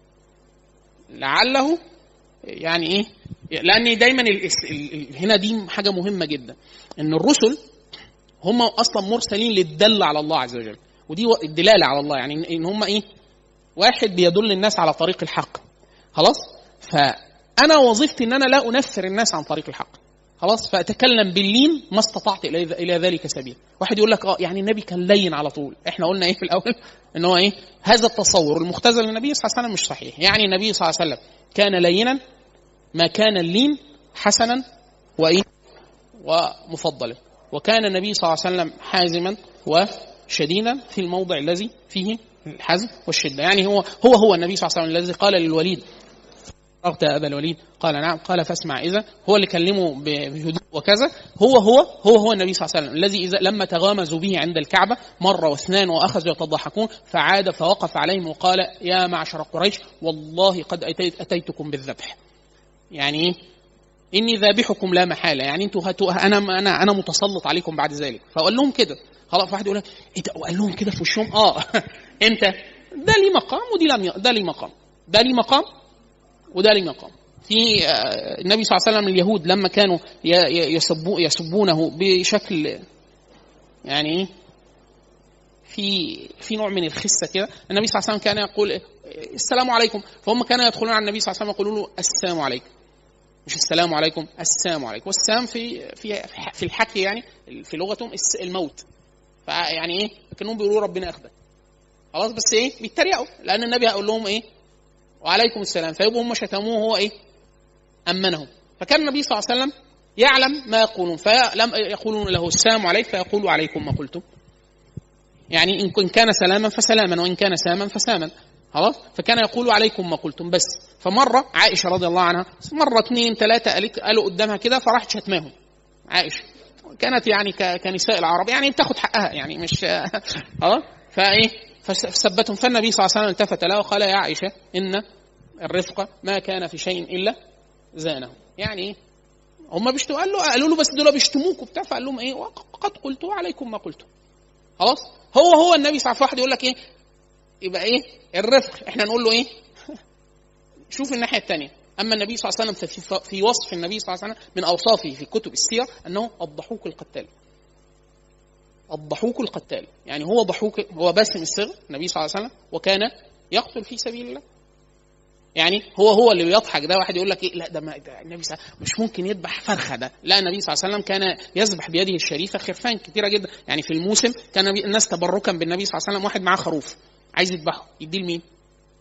لعله يعني ايه. لان دايما هنا دي حاجه مهمه جدا، ان الرسل هم اصلا مرسلين للدل على الله عز وجل، ودي الدلاله على الله، يعني ان هم ايه واحد بيدل الناس على طريق الحق. خلاص، فأنا وظيفتي إن أنا لا أنفر الناس عن طريق الحق. خلاص، فأتكلم باللين ما استطعت إلى ذلك سبيل. واحد يقول لك يعني النبي كان لين على طول. إحنا قلنا إيه في الأول؟ إن هو إيه هذا التصور المختزل للنبي صلى الله عليه وسلم مش صحيح. يعني النبي صلى الله عليه وسلم كان لينا ما كان اللين حسنا وإيه ومفضلا، وكان النبي صلى الله عليه وسلم حازما وشديدا في الموضع الذي فيه الحزم والشدة. يعني هو النبي صلى الله عليه وسلم الذي قال للوليد أغتى أبا الوليد؟ قال نعم. قال فاسمع إذا. هو اللي كلمه بهدوء وكذا. هو النبي صلى الله عليه وسلم الذي إذا لما تغامزوا به عند الكعبة مرة واثنان وأخذوا يتضحكون فعاد فوقف عليهم وقال يا معشر قريش والله قد أتيتكم بالذبح. يعني إني ذابحكم لا محالة، يعني انتوا أنا متسلط عليكم بعد ذلك. فقال لهم كده. خلاص، واحد يقول لك إيه ده وقال لهم كده في وشهم؟ امتى؟ ده لي مقام ودي ده لي مقام، ده لي مقام وده لي مقام. في النبي صلى الله عليه وسلم اليهود لما كانوا يسبونه بشكل يعني في نوع من الخسة كده، النبي صلى الله عليه وسلم كان يقول السلام عليكم، فهم كانوا يدخلون على النبي صلى الله عليه وسلم يقولوا له السلام عليكم، مش السلام عليكم، السلام عليكم. والسلام في الحكي يعني في لغتهم الموت، فيعني ايه كانوا بيقولوا ربنا ياخدك. خلاص، بس ايه بيتريقوا لان النبي هيقول لهم ايه وعليكم السلام، فيبقوا هم شتموه هو ايه امنهم. فكان النبي صلى الله عليه وسلم يعلم ما يقولون، فلم يقولون له السلام عليك فيقول عليكم ما قلتم. يعني ان كان سلاما فسلاما وان كان ساما فساما. خلاص، فكان يقول عليكم ما قلتم بس. فمره عائشه رضي الله عنها مره 2 3 قالوا قدامها كده فراحت شتماهم. عائشه كانت يعني كنساء العرب يعني بتاخد حقها يعني مش خلاص، فايه فثبتهم. فالنبي صلى الله عليه وسلم التفت له وقال يا عائشه ان الرفق ما كان في شيء الا زانه. يعني هم بيشتموا، قالوا له بس دول بيشتموك وبتاع، فقال لهم ايه وقد قلت عليكم ما قلتم. خلاص، هو النبي صلى الله عليه وسلم واحد يقول لك ايه يبقى ايه الرفق، احنا نقول له ايه شوف الناحيه الثانيه. اما النبي صلى الله عليه وسلم في وصف النبي صلى الله عليه وسلم من اوصافه في كتب السير انه الضحوك القتال. الضحوك القتال يعني هو ضحوك، هو باسم الصغر النبي صلى الله عليه وسلم، وكان يقتل في سبيل الله. يعني هو اللي بيضحك ده. واحد يقول لك ايه لا ده النبي صلى الله عليه وسلم مش ممكن يذبح فرخه، ده لا، النبي صلى الله عليه وسلم كان يذبح بيده الشريفه خرفان كثيره جدا. يعني في الموسم كان الناس تبركا بالنبي صلى الله عليه وسلم واحد معاه خروف عايز يذبحه، يديه لمين؟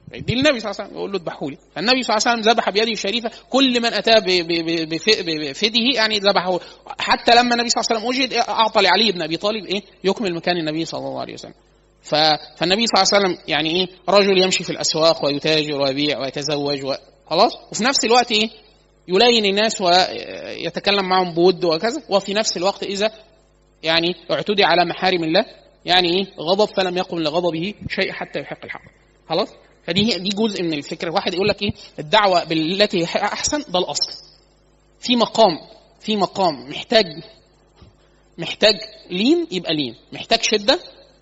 دي النبي صلى الله عليه وسلم يقول له اذبحوا لي، فالنبي صلى الله عليه وسلم ذبح بيده الشريفه كل من اتى بفده يعني ذبحه. حتى لما النبي صلى الله عليه وسلم وجد اعطى لعلي بن ابي طالب ايه يكمل مكان النبي صلى الله عليه وسلم. فالنبي صلى الله عليه وسلم يعني ايه رجل يمشي في الاسواق ويتاجر ويبيع ويتزوج خلاص، وفي نفس الوقت ايه يلين الناس ويتكلم معهم بود وكذا، وفي نفس الوقت اذا يعني اعتدي على محارم الله يعني ايه غضب فلم يقم لغضبه شيء حتى يحق الحق. خلاص، فدي جزء من الفكره. واحد يقول لك ايه الدعوه بالتي احسن، ده الاصل. في مقام محتاج لين يبقى لين، محتاج شده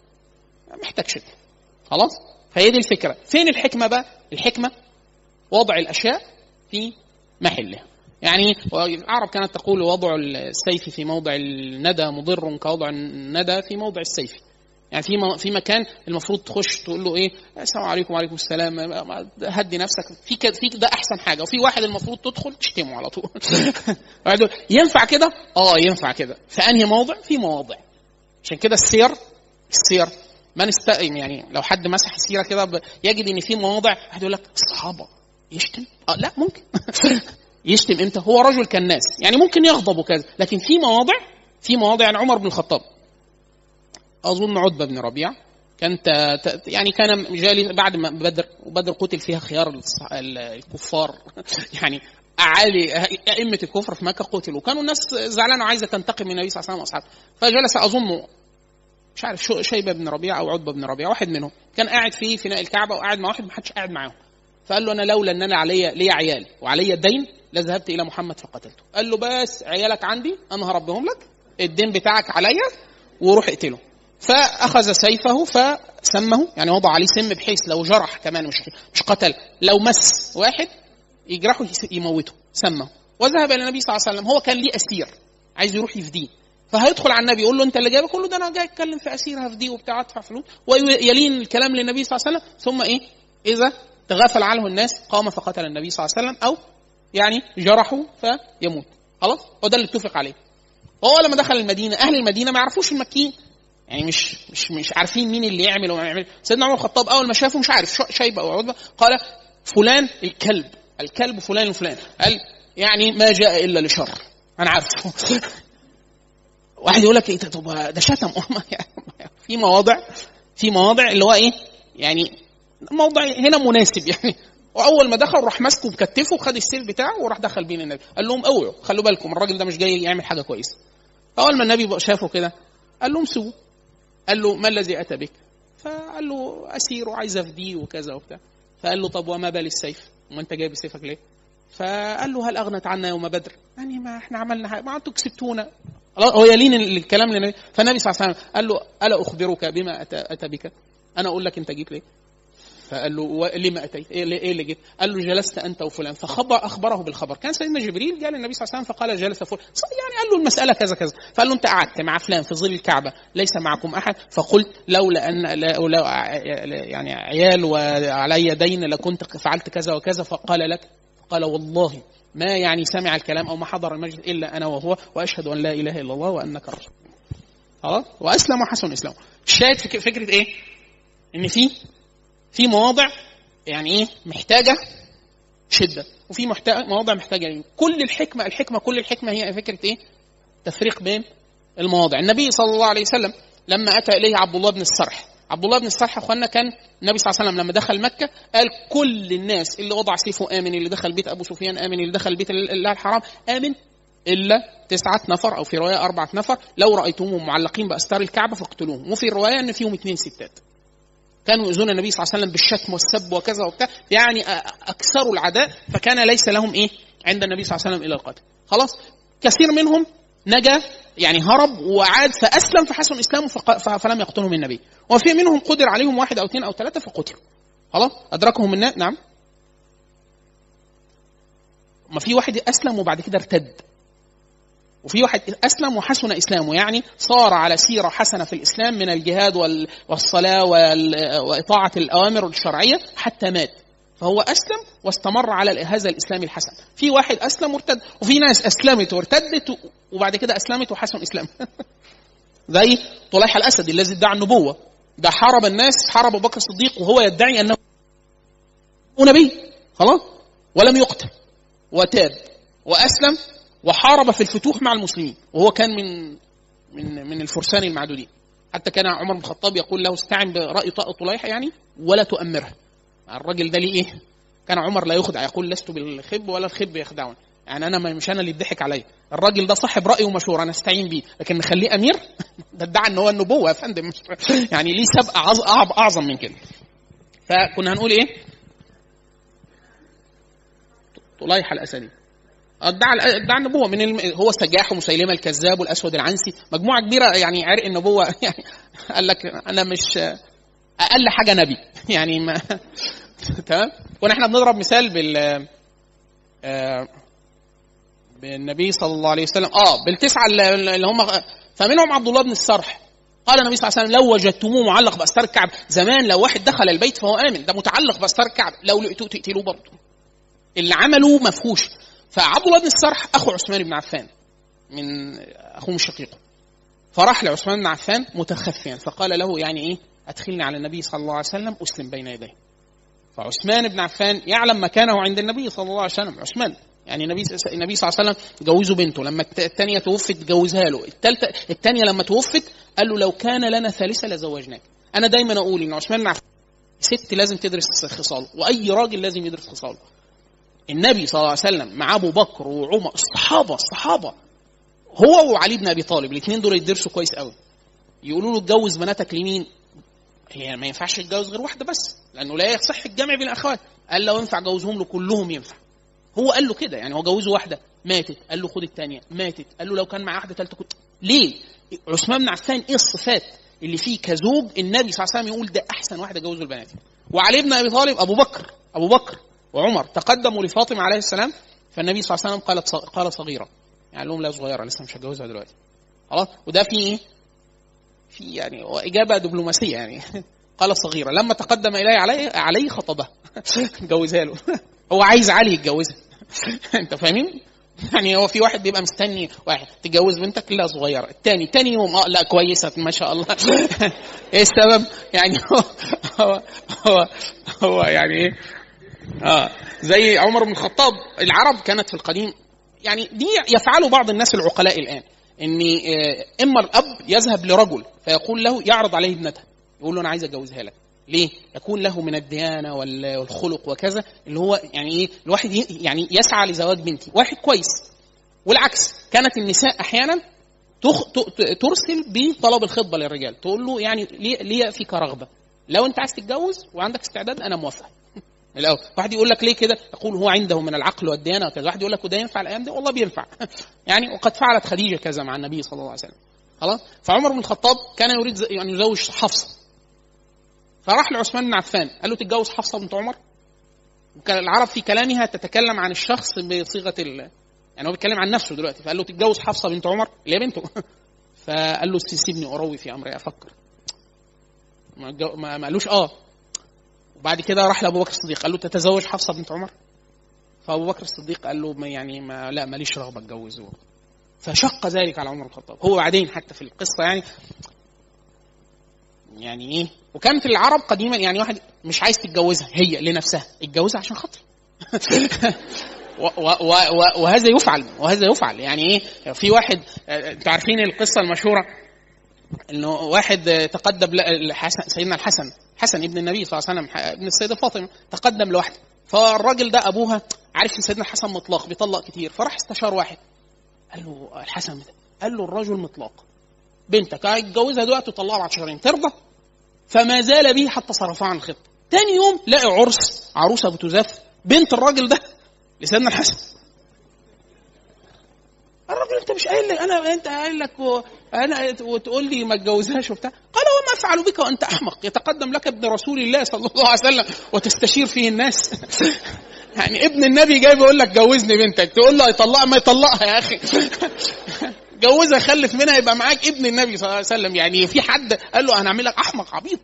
خلاص. فهي دي الفكره. فين الحكمه بقى؟ الحكمه وضع الاشياء في محلها. يعني العرب كانت تقول وضع السيف في موضع الندى مضر كوضع الندى في موضع السيف. يعني في مكان المفروض تخش تقول له ايه السلام عليكم وعليكم السلام، هدي نفسك في ده احسن حاجه. وفي واحد المفروض تدخل تشتمه على طول. ينفع كده؟ ينفع كده. في انهي موضع؟ في مواضع. عشان كده السير ما يعني لو حد مسح السيره كده يجد ان في مواضع واحد يقول لك الصحابه يشتم، لا ممكن. يشتم امتى؟ هو رجل كالناس، يعني ممكن يغضب وكذا، لكن في مواضع يعني عمر بن الخطاب اظن عتبه بن ربيعه كان جالي بعد ما بدر قتل فيها خيار الكفار يعني اعالي ائمه الكفر في مكه قتلوا، وكانوا الناس زعلانه وعايزه تنتقم من النبي صلى الله عليه وسلم واصحابه. فجلس اظن مش عارف شيبه بن ربيعه او عتبه بن ربيعه، واحد منهم كان قاعد في فناء الكعبه وقاعد مع واحد ما حدش قاعد معاهم. فقال له انا لولا ان انا لي عيال وعلي الدين لذهبت الى محمد فقتلته. قال له بس عيالك عندي انا هربهم لك، الدين بتاعك عليا وروح اقتله. فاخذ سيفه فسمه، يعني وضع عليه سم بحيث لو جرح كمان مش قتل، لو مس واحد يجرحه يموته، سمه. وذهب الى النبي صلى الله عليه وسلم. هو كان ليه اسير عايز يروح يفديه، فهيدخل على النبي يقول له انت اللي جايبك، يقول له ده انا جاي اتكلم في اسير هفديه وبتاع ادفع فلوس، ويلين الكلام للنبي صلى الله عليه وسلم. ثم ايه اذا تغافل عنه الناس قام فقتل النبي صلى الله عليه وسلم، او يعني جرحه فيموت. خلاص، وده اللي اتفق عليه. وهو لما دخل المدينه اهل المدينه ما يعرفوش المكيين، يعني مش عارفين مين اللي يعمل وما يعمل. سيدنا عمر الخطاب اول ما شافه مش عارف شيبه او عتبه قال فلان الكلب فلان وفلان. قال يعني ما جاء الا لشر، انا عارفه. واحد يقول لك ايه طب ده شتم. في مواضع اللي هو ايه يعني موضع هنا مناسب يعني. واول ما دخل راح ماسكه بكتفه وخد السيف بتاعه وراح دخل بين النبي. قال لهم اوعوا خلوا بالكم الراجل ده مش جاي يعمل حاجه كويسه. اول ما النبي شافه كده قال لهم سووا. قال له ما الذي اتى بك؟ فقال له اسير وعايز افديه وكذا وبتاع. فقال له طب وما بال السيف؟ وما انت جايب سيفك ليه؟ فقال له هل اغنت عنا يوم بدر؟ يعني ما احنا عملنا حاجه، ما انتوا كسبتونا. هو يلين الكلام للنبي. فالنبي صلى الله عليه وسلم قال له الا اخبرك بما اتى بك؟ انا اقول لك انت جيت ليه؟ فقال له لما اتيت؟ ايه اللي جيت؟ قال له جلست انت وفلان. اخبره بالخبر. كان سيدنا جبريل جاء للنبي صلى الله عليه وسلم فقال جلس فلان، يعني قال له المساله كذا كذا. فقال له انت قعدت مع فلان في ظل الكعبه ليس معكم احد، فقلت لولا ان يعني عيال وعلي دين لكنت فعلت كذا وكذا. فقال لك قال والله ما يعني سمع الكلام او ما حضر المجلس الا انا وهو، واشهد ان لا اله الا الله وانك رسول. خلاص، واسلم وحسن اسلامه. الشاهد في فكره ايه؟ ان في مواضع يعني ايه محتاجه شده، وفي مواضع محتاجه يعني كل الحكمه هي فكره ايه؟ تفريق بين المواضع. النبي صلى الله عليه وسلم لما اتى اليه عبد الله بن الصرح اخوانا، كان النبي صلى الله عليه وسلم لما دخل مكه قال كل الناس اللي وضع سيفه امن، اللي دخل بيت ابو سفيان امن، اللي دخل بيت الله الحرام امن، الا 9 نفر او في روايه 4 نفر لو رايتموهم معلقين باستار الكعبه فاقتلوهم. وفي الروايه ان فيهم 2 ستات كانوا يؤذون النبي صلى الله عليه وسلم بالشتم والسب وكذا وبتاع، يعني اكثروا العداء، فكان ليس لهم ايه عند النبي صلى الله عليه وسلم الا القتل. خلاص، كثير منهم نجا يعني هرب وعاد فاسلم فحسن اسلامه فلم يقتلهم النبي، وفي منهم قدر عليهم 1 أو 2 أو 3 فقتلوا. خلاص، ادركهم الناس. نعم، ما في واحد اسلم وبعد كده ارتد، وفي واحد أسلم وحسن إسلامه، يعني صار على سيرة حسنة في الإسلام من الجهاد والصلاة وإطاعة الأوامر الشرعية حتى مات، فهو أسلم واستمر على هذا الإسلام الحسن. في واحد أسلم وارتد، وفي ناس أسلمت وارتدت وبعد كده أسلمت وحسن إسلام. زي طليحة الأسد الذي ادعى النبوة، ده حارب الناس، حارب أبو بكر الصديق وهو يدعي أنه ونبي خلاص، ولم يقتل وتاب وأسلم وحارب في الفتوح مع المسلمين، وهو كان من الفرسان المعدودين. حتى كان عمر بن الخطاب يقول له استعن برأي طليحة يعني ولا تؤمره. الراجل ده ليه ايه؟ كان عمر لا يخدع، يقول لست بالخب ولا الخب يخدعون، يعني انا مش انا اللي يضحك عليا، الراجل ده صاحب رأي ومشورة انا استعين بيه، لكن نخليه امير ده ادعى ان هو النبوة يا فندم، يعني ليه سبق اعظم من كده. فكنا هنقول ايه؟ طليحة الأسدي ادعى النبوة هو السجاح ومسيلمة الكذاب والأسود العنسي، مجموعة كبيرة يعني عرق النبوة يعني قال لك أنا مش أقل حاجة نبي يعني ما تمام. ونحن بنضرب مثال بالنبي صلى الله عليه وسلم بالتسعة اللي هم، فمنهم عبد الله بن السرح. قال النبي صلى الله عليه وسلم لو وجدتموه معلق بأستار الكعب، زمان لو واحد دخل البيت فهو آمن، ده متعلق بأستار الكعب، لو لقيتوه تقتلوه برضه، اللي عملوا مفهوش. فعبد الله بن السرح أخو عثمان بن عفان، من أخوه الشقيق، فراح لعثمان بن عفان متخفيا فقال له يعني إيه أدخلني على النبي صلى الله عليه وسلم أسلم بين يديه. فعثمان بن عفان يعلم مكانه عند النبي صلى الله عليه وسلم. عثمان يعني النبي صلى الله عليه وسلم جوزه بنته، لما الثانية توفت جوزها له، الثانية لما توفت قال له لو كان لنا ثالثة لزوجناك. أنا دايما أقول إن عثمان بن عفان ست لازم تدرس خصاله، وأي راجل لازم يدرس خصاله. النبي صلى الله عليه وسلم مع أبو بكر وعمر الصحابة هو وعلي بن أبي طالب، الاثنين دول يدرسوا كويس قوي. يقولوا له اتجوز بناتك لمين؟ هي ما ينفعش تتجوز غير واحدة بس، لأنه لا يصح الجمع بين الأخوات. قال لو ينفع جوزهم له كلهم ينفع. هو قال له كده، يعني هو جوزه واحدة ماتت، قال له خد الثانية ماتت، قال له لو كان مع واحدة ثالثة كنت. ليه؟ عثمان بن عفان ايه الصفات اللي فيه كزوج النبي صلى الله عليه وسلم يقول ده أحسن واحدة جوزه البنات؟ وعلي بن أبي طالب أبو بكر وعمر تقدموا لفاطمة عليه السلام، فالنبي صلى الله عليه وسلم قال صغيرة، يعني لهم لا صغيرة لسه مش هتجوزها دلوقتي خلاص. وده في ايه؟ في يعني إجابة دبلوماسية يعني قال صغيرة، لما تقدم إليه علي خطبها جوزها له هو عايز علي يتجوزها انت فاهمين؟ يعني هو في واحد بيبقى مستني واحد تتجوز بنتك لا صغيرة، تاني يوم لا كويسة ما شاء الله ايه السبب؟ يعني هو يعني ايه زي عمر بن الخطاب. العرب كانت في القديم يعني دي يفعله بعض الناس العقلاء الآن، ان اما الاب يذهب لرجل فيقول له يعرض عليه ابنته، يقول له انا عايز اتجوزها لك. ليه؟ يكون له من الديانه والخلق وكذا، اللي هو يعني ايه الواحد يعني يسعى لزواج بنتي واحد كويس. والعكس، كانت النساء احيانا ترسل بطلب الخطبه للرجال، تقول له يعني ليه فيك رغبه، لو انت عايز تتجوز وعندك استعداد انا موافق. الأول واحد يقول لك ليه كده، يقول هو عنده من العقل والديانه وكذا. واحد يقول لك وده ينفع الايام دي، والله بينفع يعني، وقد فعلت خديجه كذا مع النبي صلى الله عليه وسلم خلاص. فعمر بن الخطاب كان يريد ان يزوج حفصه، فراح لعثمان بن عفان قال له تتجوز حفصه بنت عمر. وكان العرب في كلامها تتكلم عن الشخص بصيغه يعني هو بيتكلم عن نفسه دلوقتي، فقال له تتجوز حفصه بنت عمر اللي هي بنته فقال له سيبني اروي في امري افكر، ما قالوش وبعد كده راح لابو بكر الصديق قال له تتزوج حفصه بنت عمر. فابو بكر الصديق قال له يعني لا ماليش رغبه اتجوزه. فشق ذلك على عمر بن الخطاب. هو بعدين حتى في القصه يعني ايه، وكان في العرب قديما يعني واحد مش عايز تتجوزها هي لنفسها، اتجوزها عشان خاطري وهذا يفعل يعني ايه. في واحد انتوا عارفين القصه المشهوره انه واحد تقدم سيدنا حسن ابن النبي صلى الله عليه وسلم ابن السيده فاطمه، تقدم لواحده، فالراجل ده ابوها عارف ان سيدنا الحسن مطلق بيطلق كتير، فراح استشار واحد قال له الحسن، قال له الرجل مطلق، بنتك هتجوزها دلوقتي وطلعها بعد شهرين ترضى؟ فما زال به حتى صرفها عن الخطه. تاني يوم لقى عروسه بتزف بنت الراجل ده لسيدنا الحسن. الراجل انت مش قايل لي انت قايل لك انا وتقول لي ما اتجوزهاش وبتاع؟ قال وما افعل بك وانت احمق، يتقدم لك ابن رسول الله صلى الله عليه وسلم وتستشير فيه الناس يعني ابن النبي جاي بيقول لك جوزني بنتك، تقول له يطلقها؟ ما يطلقها يا اخي جوزها خلف منها يبقى معاك ابن النبي صلى الله عليه وسلم. يعني في حد قال له انا هعمل لك احمق عبيط؟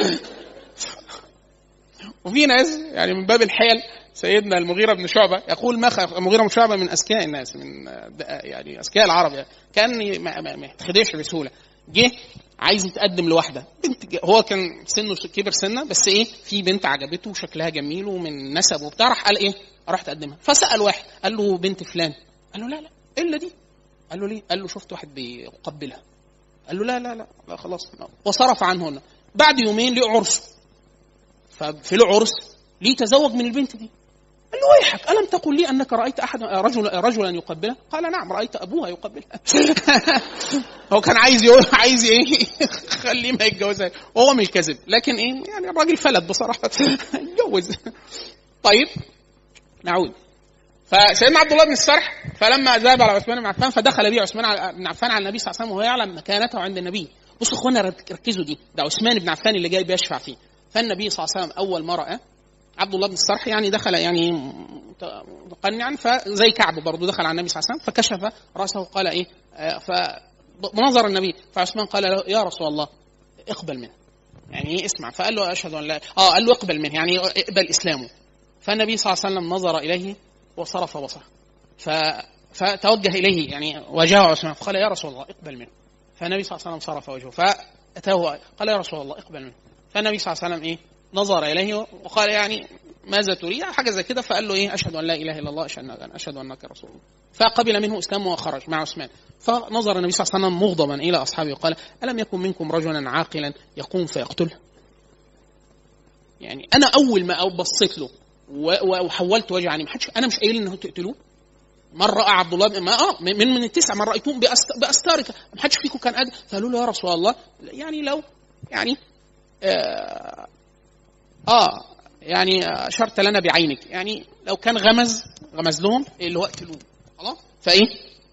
وفي ناس يعني من باب الحيل، سيدنا المغيرة بن شعبة يقول المغيرة بن شعبة من أذكياء الناس، من يعني أذكياء العرب يعني، كان ما يتخدعش بسهولة. جه عايز يتقدم لواحده بنت، هو كان سنه كبر سنه، بس ايه في بنت عجبته وشكلها جميل ومن نسب وبتاع، راح قال ايه راح تقدمها. فسال واحد قال له بنت فلان، قال له لا لا الا دي. قال له ليه؟ قال له شفت واحد بيقبلها. قال له لا لا لا, لا خلاص، وصرف عنه هنا. بعد يومين ليه عرس، ففي العرس ليه تزوج من البنت دي. قال له ويحك ألم تقل لي أنك رأيت أحد رجلا يقبلها؟ قال نعم رأيت أبوها يقبلها. هو كان عايز إيه خليه ما يتجوزها، وهو مش كذب، لكن إيه يعني الراجل فلت بصراحة يتجوز. طيب نعود. فسيدنا عبد الله بن السرح فلما ذهب على عثمان بن عفان فدخل به عثمان بن عفان على النبي صلى الله عليه وسلم وهو يعلم مكانته عند النبي. بصوا اخوانا ركزوا، ده عثمان بن عفان اللي جاي بيشفع فيه. فالنبي صلى الله عليه وسلم اول ما راى عبد الله بن السرح يعني دخل يعني متقنعا، فزي كعب برضه دخل على النبي صلى الله عليه وسلم فكشف راسه وقال ايه، فنظر النبي فعثمان قال له يا رسول الله اقبل منه، يعني اسمع. فقال له اشهد ان لا، قال له اقبل منه يعني اقبل اسلامه. فالنبي صلى الله عليه وسلم نظر اليه وصرف بصره، فتوجه اليه يعني وجهه عثمان فقال يا رسول الله اقبل منه. فالنبي صلى الله عليه وسلم صرف وجهه فاتاه قال يا رسول الله اقبل منه. فالنبي صلى الله عليه وسلم ايه نظر اليه وقال يعني ماذا تريد، حاجه زي كده. فقال له ايه اشهد ان لا اله الا الله اشهد انك رسول الله. فقبل منه اسلامه وخرج مع عثمان. فنظر النبي صلى الله عليه وسلم مغضبا الى اصحابه وقال الم يكن منكم رجلا عاقلا يقوم فيقتله؟ يعني انا اول ما بصيت له وحولت وجهي عني، انا مش قايل انه تقتلوه. مره عبد الله من التسعه من رايتهم باستارك، ما حدش فيكم كان قادر. فقالوا له يا رسول الله يعني لو يعني يعني شرط لنا بعينك، يعني لو كان غمز لهم اللي هو قتلوه خلاص. فايه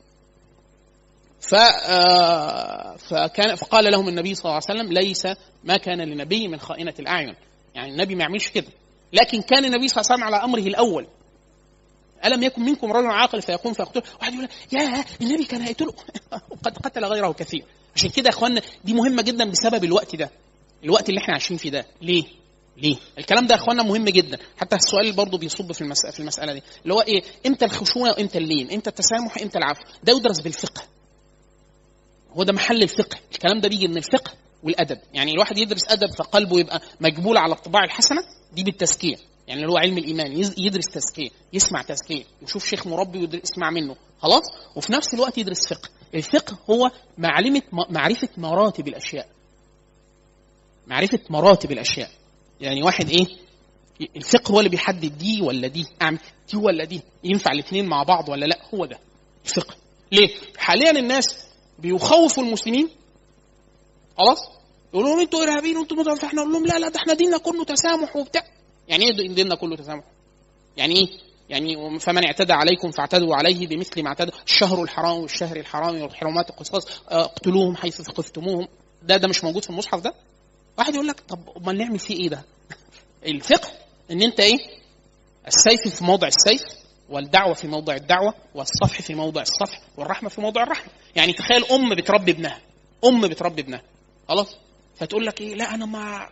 فقال لهم النبي صلى الله عليه وسلم ليس ما كان لنبي من خائنة الأعين، يعني النبي ما يعملش كده، لكن كان النبي صلى الله عليه وسلم على أمره الأول. ألم يكن منكم رجل عاقل فيقوم فيقتل؟ واحد يقول يا النبي كان هيقتله وقد قتل غيره كثير. عشان كده يا اخوانا دي مهمة جدا بسبب الوقت ده، الوقت اللي احنا عايشين فيه ده. ليه الكلام ده يا اخوانا مهم جدا؟ حتى السؤال برضو بيصب في المسألة دي، اللي هو ايه امتى الخشونة وامتى اللين، امتى التسامح امتى العفو. ده يدرس بالفقه، هو ده محل الفقه. الكلام ده بيجي من الفقه والادب. يعني الواحد يدرس ادب فقلبه يبقى مجبول على الطباع الحسنه دي بالتزكيه، يعني اللي هو علم الايمان يدرس تزكيه، يسمع تزكيه، يشوف شيخ مربي ويسمع منه خلاص، وفي نفس الوقت يدرس فقه. الفقه هو معرفه مراتب الاشياء، معرفه مراتب الاشياء. يعني واحد ايه الفقه هو اللي بيحدد دي ولا دي، اعمل دي ولا دي، ينفع الاثنين مع بعض ولا لا. هو ده الفقه. ليه حاليا الناس بيخوفوا المسلمين خلاص، يقولوا لهم انتوا ارهابيين وانتوا متفقين. احنا نقول لهم لا ده احنا ديننا كله تسامح وبتاع. يعني ايه ديننا كله تسامح؟ يعني ايه؟ يعني فمن اعتدى عليكم فاعتدوا عليه بمثل ما اعتدى. الشهر الحرام والشهر الحرام والحرمات القصاص اقتلوهم حيث ثقفتموهم. ده مش موجود في المصحف ده. واحد يقول لك طب امال نعمل فيه ايه ده؟ الفقه ان انت ايه السيف في موضع السيف، والدعوة في موضع الدعوة، والصفح في موضع الصفح، والرحمة في موضع الرحمة. يعني تخيل بتربي ابنها خلاص، فتقول لك ايه لا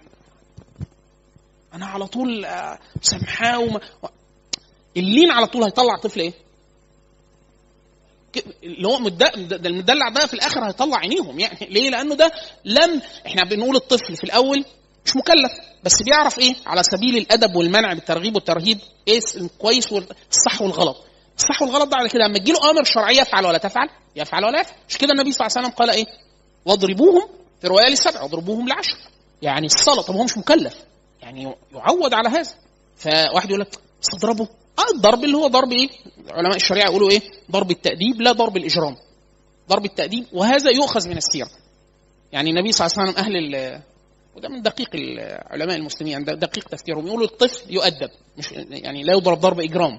انا على طول سامحاه اللين على طول هيطلع طفل ايه اللي هو المدلع ده في الاخر هيطلع عينيهم. يعني ليه؟ لانه ده احنا بنقول الطفل في الاول مش مكلف، بس بيعرف ايه على سبيل الادب والمنع بالترغيب والترهيب ايه الكويس والصح والغلط. الصح والغلط ده على كده لما تجي له اوامر شرعيه يفعل ولا تفعل، يفعل ولا يفعل. مش كده النبي صلى الله عليه وسلم قال ايه واضربوهم في روايه ل7 واضربوهم ل10. يعني الصلاه طب هو مش مكلف، يعني يعود على هذا. فواحد يقول لك تضربه الضرب اللي هو ضرب ايه علماء الشريعه يقولوا ايه ضرب التأديب لا ضرب الاجرام، ضرب التأديب. وهذا يؤخذ من السيره. يعني النبي صلى الله عليه وسلم وده من دقيق علماء المسلمين عند دقيق تفكيرهم يقولوا الطفل يؤدب، مش يعني لا يضرب ضرب اجرام،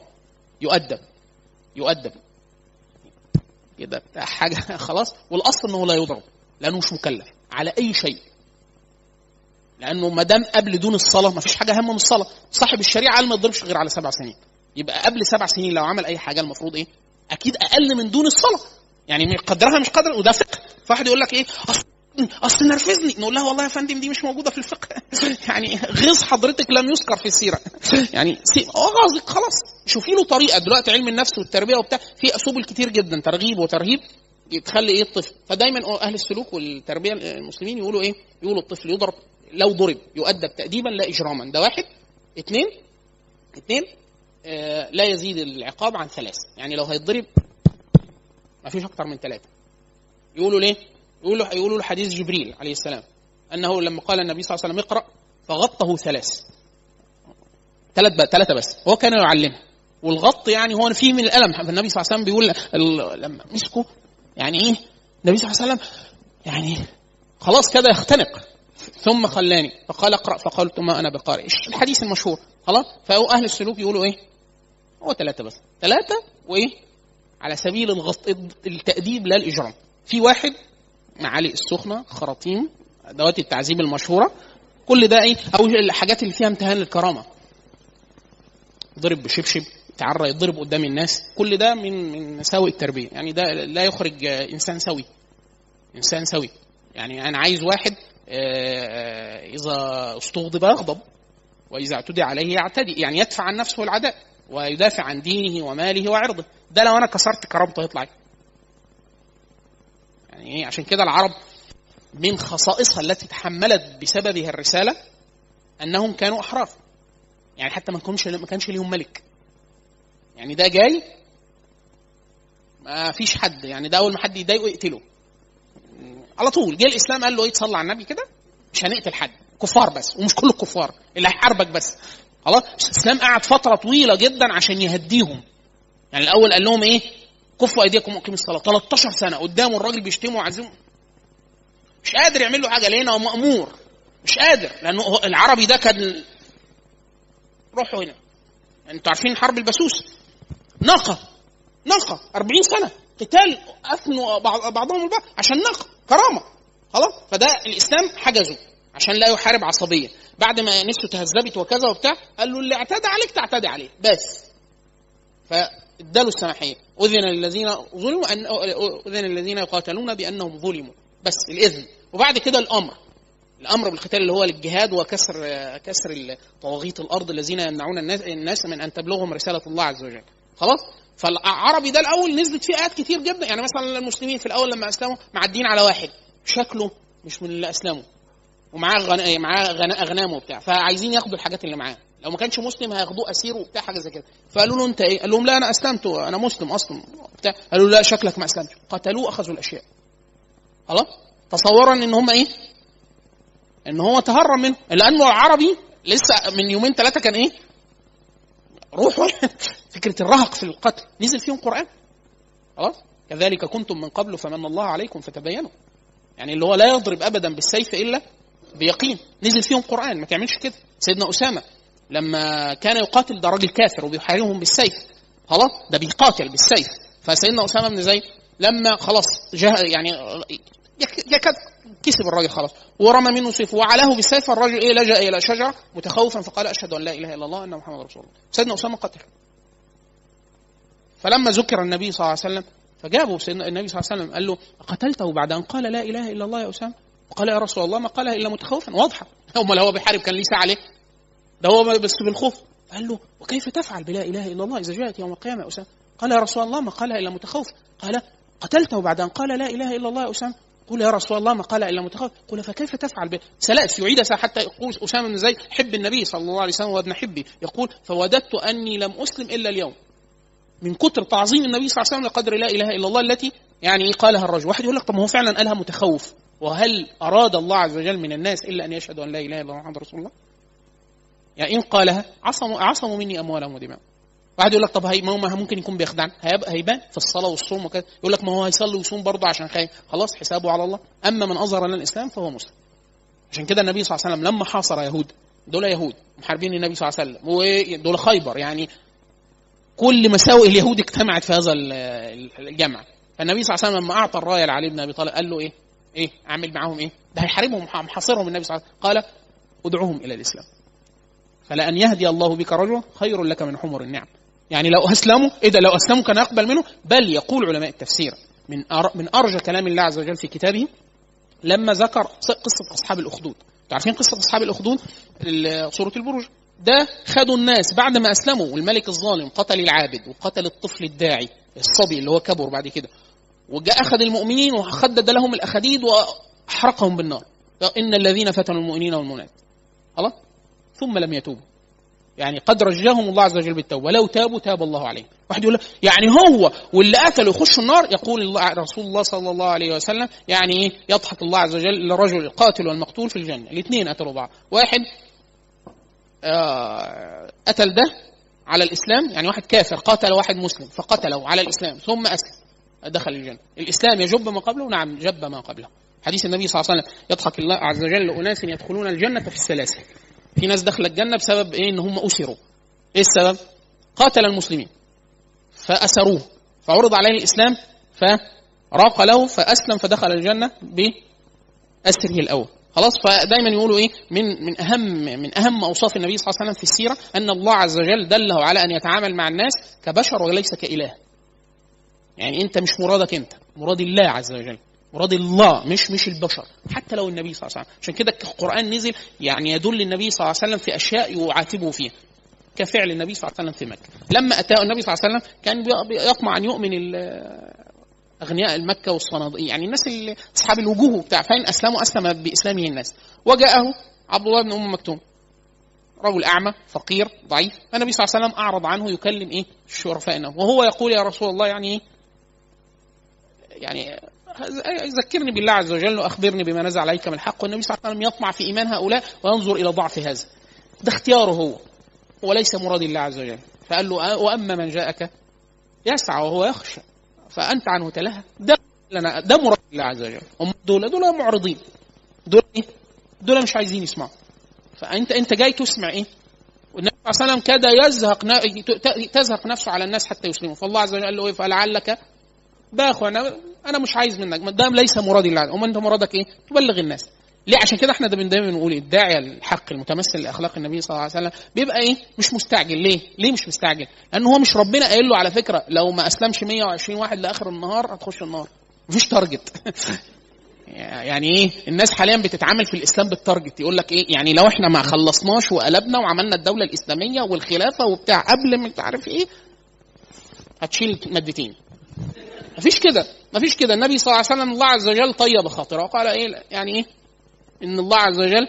يؤدب كده حاجه خلاص. والاصل انه لا يضرب لانه مش مكلف على اي شيء، لانه ما دام قبل دون الصلاه ما فيش حاجه اهم من الصلاه. صاحب الشريعه ما يضربش غير على 7 سنين، يبقى قبل 7 سنين لو عمل اي حاجه المفروض ايه اكيد اقل من دون الصلاه، يعني قدرها مش قدر. وده فقه. فواحد يقول لك ايه اصل نرفزني، نقول له والله يا فندم دي مش موجوده في الفقه يعني غيظ حضرتك لم يذكر في السيره يعني غاظك خلاص شوفي له طريقه. دلوقتي علم النفس والتربيه وبتاع في اسلوب كتير جدا ترغيب وترهيب تخلي ايه الطفل. فدايما اهل السلوك والتربيه المسلمين يقولوا ايه؟ يقولوا الطفل يضرب، لو ضرب يؤدب تأديبا لا اجراما. ده واحد. اثنين لا يزيد العقاب عن 3. يعني لو هيتضرب ما فيش اكتر من 3. يقولوا ليه؟ يقولوا له حديث جبريل عليه السلام انه لما قال النبي صلى الله عليه وسلم اقرأ فغطه 3 بس، هو كان يعلمها. والغط يعني هو فيه من الألم. فالنبي صلى الله عليه وسلم بيقول لما مسكه يعني ايه، النبي صلى الله عليه وسلم يعني خلاص كده يختنق، ثم خلاني فقال اقرأ فقلت ما انا بقارئ. الحديث المشهور خلاص. فهو اهل السلوك يقولوا ايه؟ هو 3 بس، 3 وايه على سبيل التأديب لا الإجرام. في واحد معالق السخنة، خراطيم، ادوات التعذيب المشهورة، كل ده ايه؟ او الحاجات اللي فيها امتهان للكرامة، ضرب بشبشب، تعرى يضرب قدام الناس، كل ده من مساوئ التربية. يعني ده لا يخرج إنسان سوي. يعني أنا عايز واحد إذا استغضب يغضب، وإذا اعتدي عليه يعتدي، يعني يدفع عن نفسه العداء ويدافع عن دينه وماله وعرضه. ده لو أنا كسرت كرامته يطلع يعني إيه؟ عشان كده العرب من خصائصها التي تحملت بسببها الرسالة أنهم كانوا أحرار. يعني حتى ما كانش ليهم ملك. يعني ده جاي ما فيش حد، يعني ده اول ما حد يضايقه يقتله على طول. جه الاسلام قال له ايه؟ تصلي على النبي كده، مش هنقتل حد، كفار بس، ومش كل الكفار اللي هيحاربك بس. خلاص. الاسلام قعد فتره طويله جدا عشان يهديهم. يعني الاول قال لهم ايه؟ كفوا ايديكم واقيموا الصلاه. 13 سنه قدامه الراجل بيشتمه وعزمه، مش قادر يعمل له حاجه لينا ومأمور، مش قادر، لانه العربي ده كان روحوا هنا. انتوا عارفين حرب البسوس، ناقه 40 سنه قتال، اثنوا بعضهم البعض عشان ناقه كرامه. خلاص. فده الاسلام حجزه عشان لا يحارب عصبيه. بعد ما نفسه تهذبت وكذا وبتاع، قال له اللي اعتدى عليك تعتدي عليه بس. فاداله السماحيه. اذن الذين يقاتلون بانهم ظلموا، بس الاذن. وبعد كده الامر بالقتال اللي هو للجهاد وكسر طواغيت الارض الذين يمنعون الناس من ان تبلغهم رساله الله عز وجل. خلاص. فالعربي ده الاول نزلت فيه ايات كتير جدا. يعني مثلا المسلمين في الاول لما اسلموا معدين على واحد شكله مش من اللي اسلموا، ومعاه اغنام وبتاع، فعايزين ياخدوا الحاجات اللي معاه. لو ما كانش مسلم هياخدوه اسير وبتاع حاجه زي كده. فقالوا له انت ايه؟ قال لهم لا انا اسلمت، انا مسلم اصلا بتاع. قالوا لا شكلك ما اسلمتش. قتلوه، اخذوا الاشياء. خلاص. تصورا ان هم ايه؟ ان هو تهرب منه، لانه العربي لسه من يومين 3 كان ايه؟ روحوا فكره الرهق في القتل نزل فيهم قران. خلاص. كذلك كنتم من قبل فمن الله عليكم فتبينوا. يعني اللي هو لا يضرب ابدا بالسيف الا بيقين، نزل فيهم قران ما تعملش كده. سيدنا اسامه لما كان يقاتل، ده راجل كافر وبيحاربهم بالسيف، خلاص، ده بيقاتل بالسيف. فسيدنا اسامه بن زيد لما خلاص يعني يكاد كسب الراجل خلاص، ورمى منه سيفه وعلاه بالسيف، الراجل ايه؟ لجأ الى شجره متخوفا فقال اشهد ان لا اله الا الله ان محمد رسول الله. سيدنا اسامه قتل. فلما ذكر النبي صلى الله عليه وسلم فجابه سيدنا النبي صلى الله عليه وسلم قال له قتلته بعد ان قال لا اله الا الله يا اسامه؟ وقال يا رسول الله ما قالها الا متخوفا. واضحه. امال هو بيحارب كان ليه ساعه ليه؟ ده هو بس بالخوف. قال له وكيف تفعل بلا اله الا الله اذا جاءت يوم القيامه يا اسامه؟ قال يا رسول الله ما قالها الا متخوف. قال قتلته بعد ان قال لا اله الا الله يا اسامه؟ قل يا رسول الله ما قال الا متخوف. قل فكيف تفعل ثلاث يعيد حتى يقول اسامه بن زيد حب النبي صلى الله عليه وسلم وابن حبي، يقول فوددت اني لم اسلم الا اليوم، من كتر تعظيم النبي صلى الله عليه وسلم لقدر لا اله الا الله التي يعني قالها الرجل. واحد يقول لك طب ما هو فعلا قالها متخوف، وهل اراد الله عز وجل من الناس الا ان يشهدوا ان لا اله الا الله محمد رسول الله؟ يعني ان قالها عصموا مني اموالهم ودماءهم. واحد يقول لك طب ما هو ممكن يكون بيخدعنا، هيبان في الصلاه والصوم وكذا. يقول لك ما هو هيصلي ويصوم برضه عشان خايف، خلاص حسابه على الله. اما من اظهر لنا الاسلام فهو مسلم. عشان كده النبي صلى الله عليه وسلم لما حاصر يهود، دول يهود محاربين النبي صلى الله عليه وسلم، ودول خيبر، يعني كل مساوئ اليهود اجتمعت في هذا الجمع. فالنبي صلى الله عليه وسلم لما اعطى الرايه لعلي بن ابي طالب قال له ايه اعمل معاهم ايه؟ ده هيحاربهم، محاصرهم النبي صلى الله عليه وسلم. قال ادعوهم الى الاسلام فلان يهدي الله بك رجلا خير لك من حمر النعم. يعني لو اسلموا لو اسلموا كان يقبل منه. بل يقول علماء التفسير من ارجى كلام الله عز وجل في كتابه لما ذكر قصه اصحاب الاخدود. تعرفين قصه اصحاب الاخدود؟ سوره البروج. ده خدوا الناس بعد ما اسلموا، والملك الظالم قتل العابد وقتل الطفل الداعي الصبي اللي هو كبر بعد كده، وجاء أخذ المؤمنين وخدد لهم الأخديد وأحرقهم بالنار. إن الذين فتنوا المؤمنين والمؤمنات خلاص ثم لم يتوبوا، يعني قد رجاهم الله عز وجل بالتوبة، ولو تابوا تاب الله عليهم. واحد يقول يعني هو واللي قتلوا يخشوا النار؟ يقول الله رسول الله صلى الله عليه وسلم يعني إيه؟ يضحك الله عز وجل للرجل القاتل والمقتول في الجنة، الاثنين قتلوا بعض. واحد قتل ده على الإسلام، يعني واحد كافر قاتل واحد مسلم فقتله على الإسلام ثم أسلم دخل الجنة. الإسلام يجب ما قبله؟ نعم جب ما قبله. حديث النبي صلى الله عليه وسلم يضحك الله عز وجل لأناس يدخلون الجنة في السلاسل. في ناس دخل الجنة بسبب إيه؟ إن هم أسروا. إيه السبب؟ قاتل المسلمين فأسروه فعرض عليه الإسلام فراق له فأسلم فدخل الجنة بأسره الأول. خلاص. فدايما يقولوا إيه؟ من أهم أوصاف النبي صلى الله عليه وسلم في السيرة أن الله عز وجل دله على أن يتعامل مع الناس كبشر وليس كإله. يعني أنت مش مرادك أنت، مراد الله عز وجل، مراد الله مش البشر، حتى لو النبي صلى الله عليه وسلم. عشان كده القرآن نزل يعني يدل النبي صلى الله عليه وسلم في أشياء يعاتبه فيها، كفعل النبي صلى الله عليه وسلم في مكة. لما أتاه النبي صلى الله عليه وسلم كان يطمع أن يؤمن أغنياء المكة والصناديق، يعني الناس اللي أصحاب الوجوه بتاع، فإن أسلموا أسلم بإسلامه الناس. وجاءه عبد الله بن أم مكتوم رجل أعمى فقير ضعيف، فالنبي صلى الله عليه وسلم أعرض عنه يكلم إيه الشرفاء، وهو يقول يا رسول الله يعني ذكرني بالله عز وجل وأخبرني بما نزل عليك من الحق. والنبي صلى الله عليه وسلم يطمع في إيمان هؤلاء وينظر إلى ضعف هذا، ده اختياره هو وليس مراد الله عز وجل. فقال له وأما من جاءك يسعى وهو يخشى فأنت عنه تلهى، ده مراد الله عز وجل. هم دول معرضين، دول إيه؟ دول مش عايزين يسمعوا. فأنت جاي تسمع إيه؟ والنبي صلى الله عليه وسلم كاد تزهق نفسه على الناس حتى يسلموا. فالله عز وجل قال له إيه؟ فلعلك باخو أنا مش عايز منك، ده ليس مراد الله. أما أنت مرادك إيه؟ تبلغ الناس. ليه؟ عشان كده احنا دايما نقول الداعية الحق المتمثل لأخلاق النبي صلى الله عليه وسلم بيبقى ايه؟ مش مستعجل. ليه مش مستعجل؟ لأنه هو مش ربنا قايل له على فكرة لو ما أسلمش 120 واحد لآخر النهار هتخش النار، مفيش تارجت. يعني ايه؟ الناس حاليا بتتعامل في الإسلام بالتارجت، يقول لك ايه؟ يعني لو احنا ما خلصناش وقلبنا وعملنا الدولة الإسلامية والخلافة وبتاع قبل ما تعرف ايه هتشيل مادتين. مفيش كده. النبي صلى الله عليه وسلم الله عز وجل طيب خاطره وقال ايه؟ يعني ايه؟ إن الله عز وجل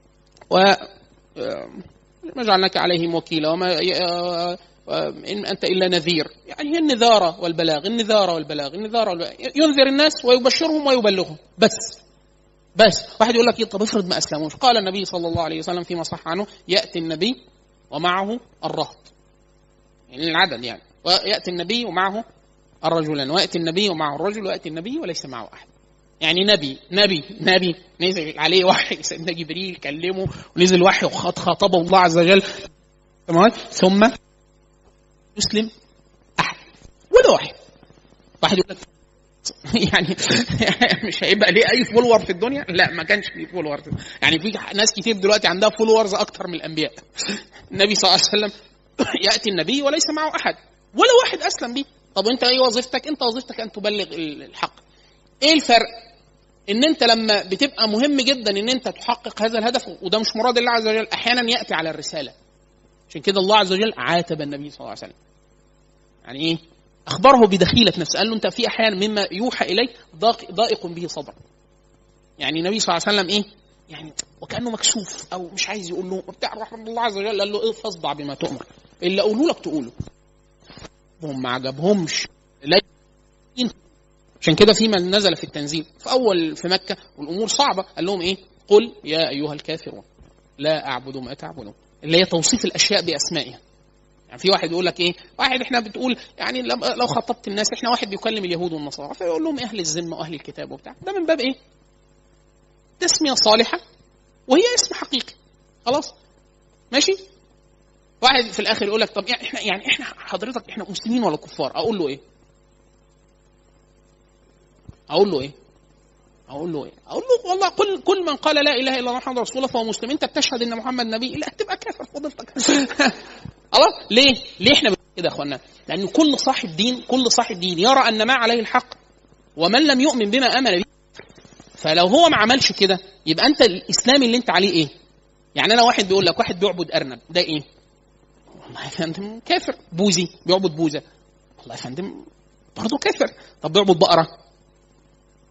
ما جعلناك عليهم وكيلا وما إن أنت إلا نذير. يعني هي النذارة والبلاغ ينذر الناس ويبشرهم ويبلغهم بس. واحد يقول لك طب افرض ما أسلموش. قال النبي صلى الله عليه وسلم فيما صح عنه يأتي النبي ومعه الرهط، يعني العدد، يعني ويأتي النبي ومعه الرجلان، ويأتي النبي ومعه الرجل، ويأتي النبي وليس معه أحد. يعني نبي نزل عليه وحي، سيدنا جبريل كلمه ونزل وحي وخاطبه الله عز وجل، ثم يسلم أحد ولا واحد يقول لك يعني مش هيبقى ليه أي فولور في الدنيا؟ لا، ما كانش ليه فولور. يعني في ناس كتير دلوقتي عندها فولورز أكتر من الأنبياء. النبي صلى الله عليه وسلم يأتي النبي وليس معه أحد ولا واحد أسلم به. طب أنت إيه وظيفتك؟ أنت وظيفتك أن تبلغ الحق. إيه الفرق؟ ان انت لما بتبقى مهم جدا ان انت تحقق هذا الهدف، وده مش مراد الله عز وجل، احيانا ياتي على الرساله. عشان كده الله عز وجل عاتب النبي صلى الله عليه وسلم، يعني ايه؟ اخبره بدخيله نفسه، قال له انت في احيانا مما يوحى اليك ضائق به صدر. يعني النبي صلى الله عليه وسلم ايه؟ يعني وكانه مكسوف او مش عايز يقول له بتاع رحمه الله عز وجل، قال له ايه؟ فاصدع بما تؤمر، اللي اقوله لك تقوله. هم ما عجبهمش. عشان كده فيما نزل في التنزيل في أول في مكة والأمور صعبة، قال لهم إيه؟ قل يا أيها الكافرون لا أعبد ما تعبدون، اللي هي توصيف الأشياء بأسمائها. يعني في واحد يقول لك إيه؟ واحد إحنا بتقول يعني لو خطبت الناس، إحنا واحد بيكلم اليهود والنصارى فيقول لهم أهل الذمة وأهل الكتاب وبتاع، ده من باب إيه؟ تسمية صالحة وهي اسم حقيقي. خلاص ماشي. واحد في الآخر يقول لك طب إحنا حضرتك إحنا مسلمين ولا كفار؟ أقول له إيه؟ أقول له والله كل من قال لا إله إلا الله محمد رسول الله فهو مسلم. أنت بتشهد إن محمد نبي، لا تبقى كافر فضلتك. خلاص. ليه إحنا كده يا أخوانا؟ لأن كل صاحب دين يرى أن ما عليه الحق، ومن لم يؤمن بما آمن به. فلو هو ما عملش كده يبقى أنت الإسلام اللي أنت عليه إيه؟ يعني أنا واحد بيقول لك واحد بيعبد أرنب، ده إيه؟ والله يا فندم كافر. بوذي بيعبد بوذا، والله يا فندم برضه كافر. طب بيعبد بقرة،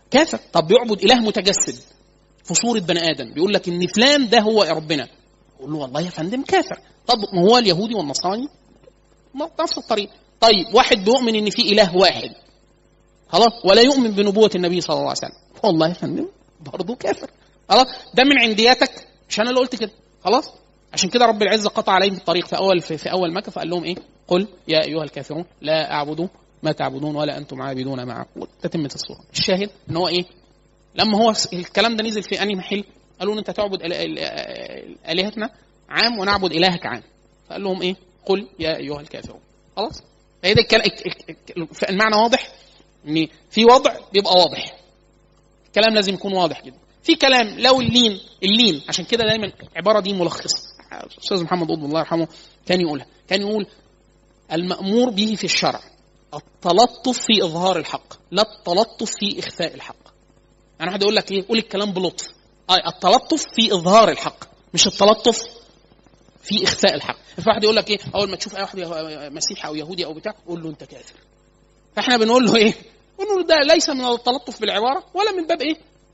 كافر. طب بيعبد اله متجسد في صوره بني ادم، بيقول لك ان فلان ده هو ربنا، يقول له والله يا فندم كافر. طب ما هو اليهودي والنصراني نفس الطريقه. طيب واحد بيؤمن ان في اله واحد خلاص ولا يؤمن بنبوه النبي صلى الله عليه وسلم، والله يا فندم برضه كافر. خلاص ده من عندياتك، مش انا اللي قلت كده خلاص. عشان كده رب العزه قطع عليهم الطريق في اول مكه، فقال لهم ايه؟ قل يا ايها الكافرون لا اعبد ما تعبدون ولا انتم عابدون ما اعبد. تتمه السوره. الشاهد ان هو ايه؟ لما هو الكلام ده نزل في انهي محل؟ قالوا له انت تعبد الهتنا عام ونعبد الهك عام. فقال لهم ايه؟ قل يا ايها الكافرون. خلاص. فهي ده المعنى واضح، ان في وضع بيبقى واضح، الكلام لازم يكون واضح جدا. في كلام لو اللين عشان كده دايما العباره دي ملخصه. الاستاذ محمد قطب الله يرحمه كان يقولها، كان يقول المأمور به في الشرع التلطف في اظهار الحق لا التلطف في اخفاء الحق. يعني واحد يقول لك ايه؟ قول الكلام بلطف. التلطف في اظهار الحق مش التلطف في اخفاء الحق. فواحد يقول لك ايه؟ اول ما تشوف اي واحد مسيحي او يهودي او بتاع قول له انت كافر. فاحنا بنقول له ايه؟ بنقول له ده ليس من التلطف بالعباره ولا من باب ايه؟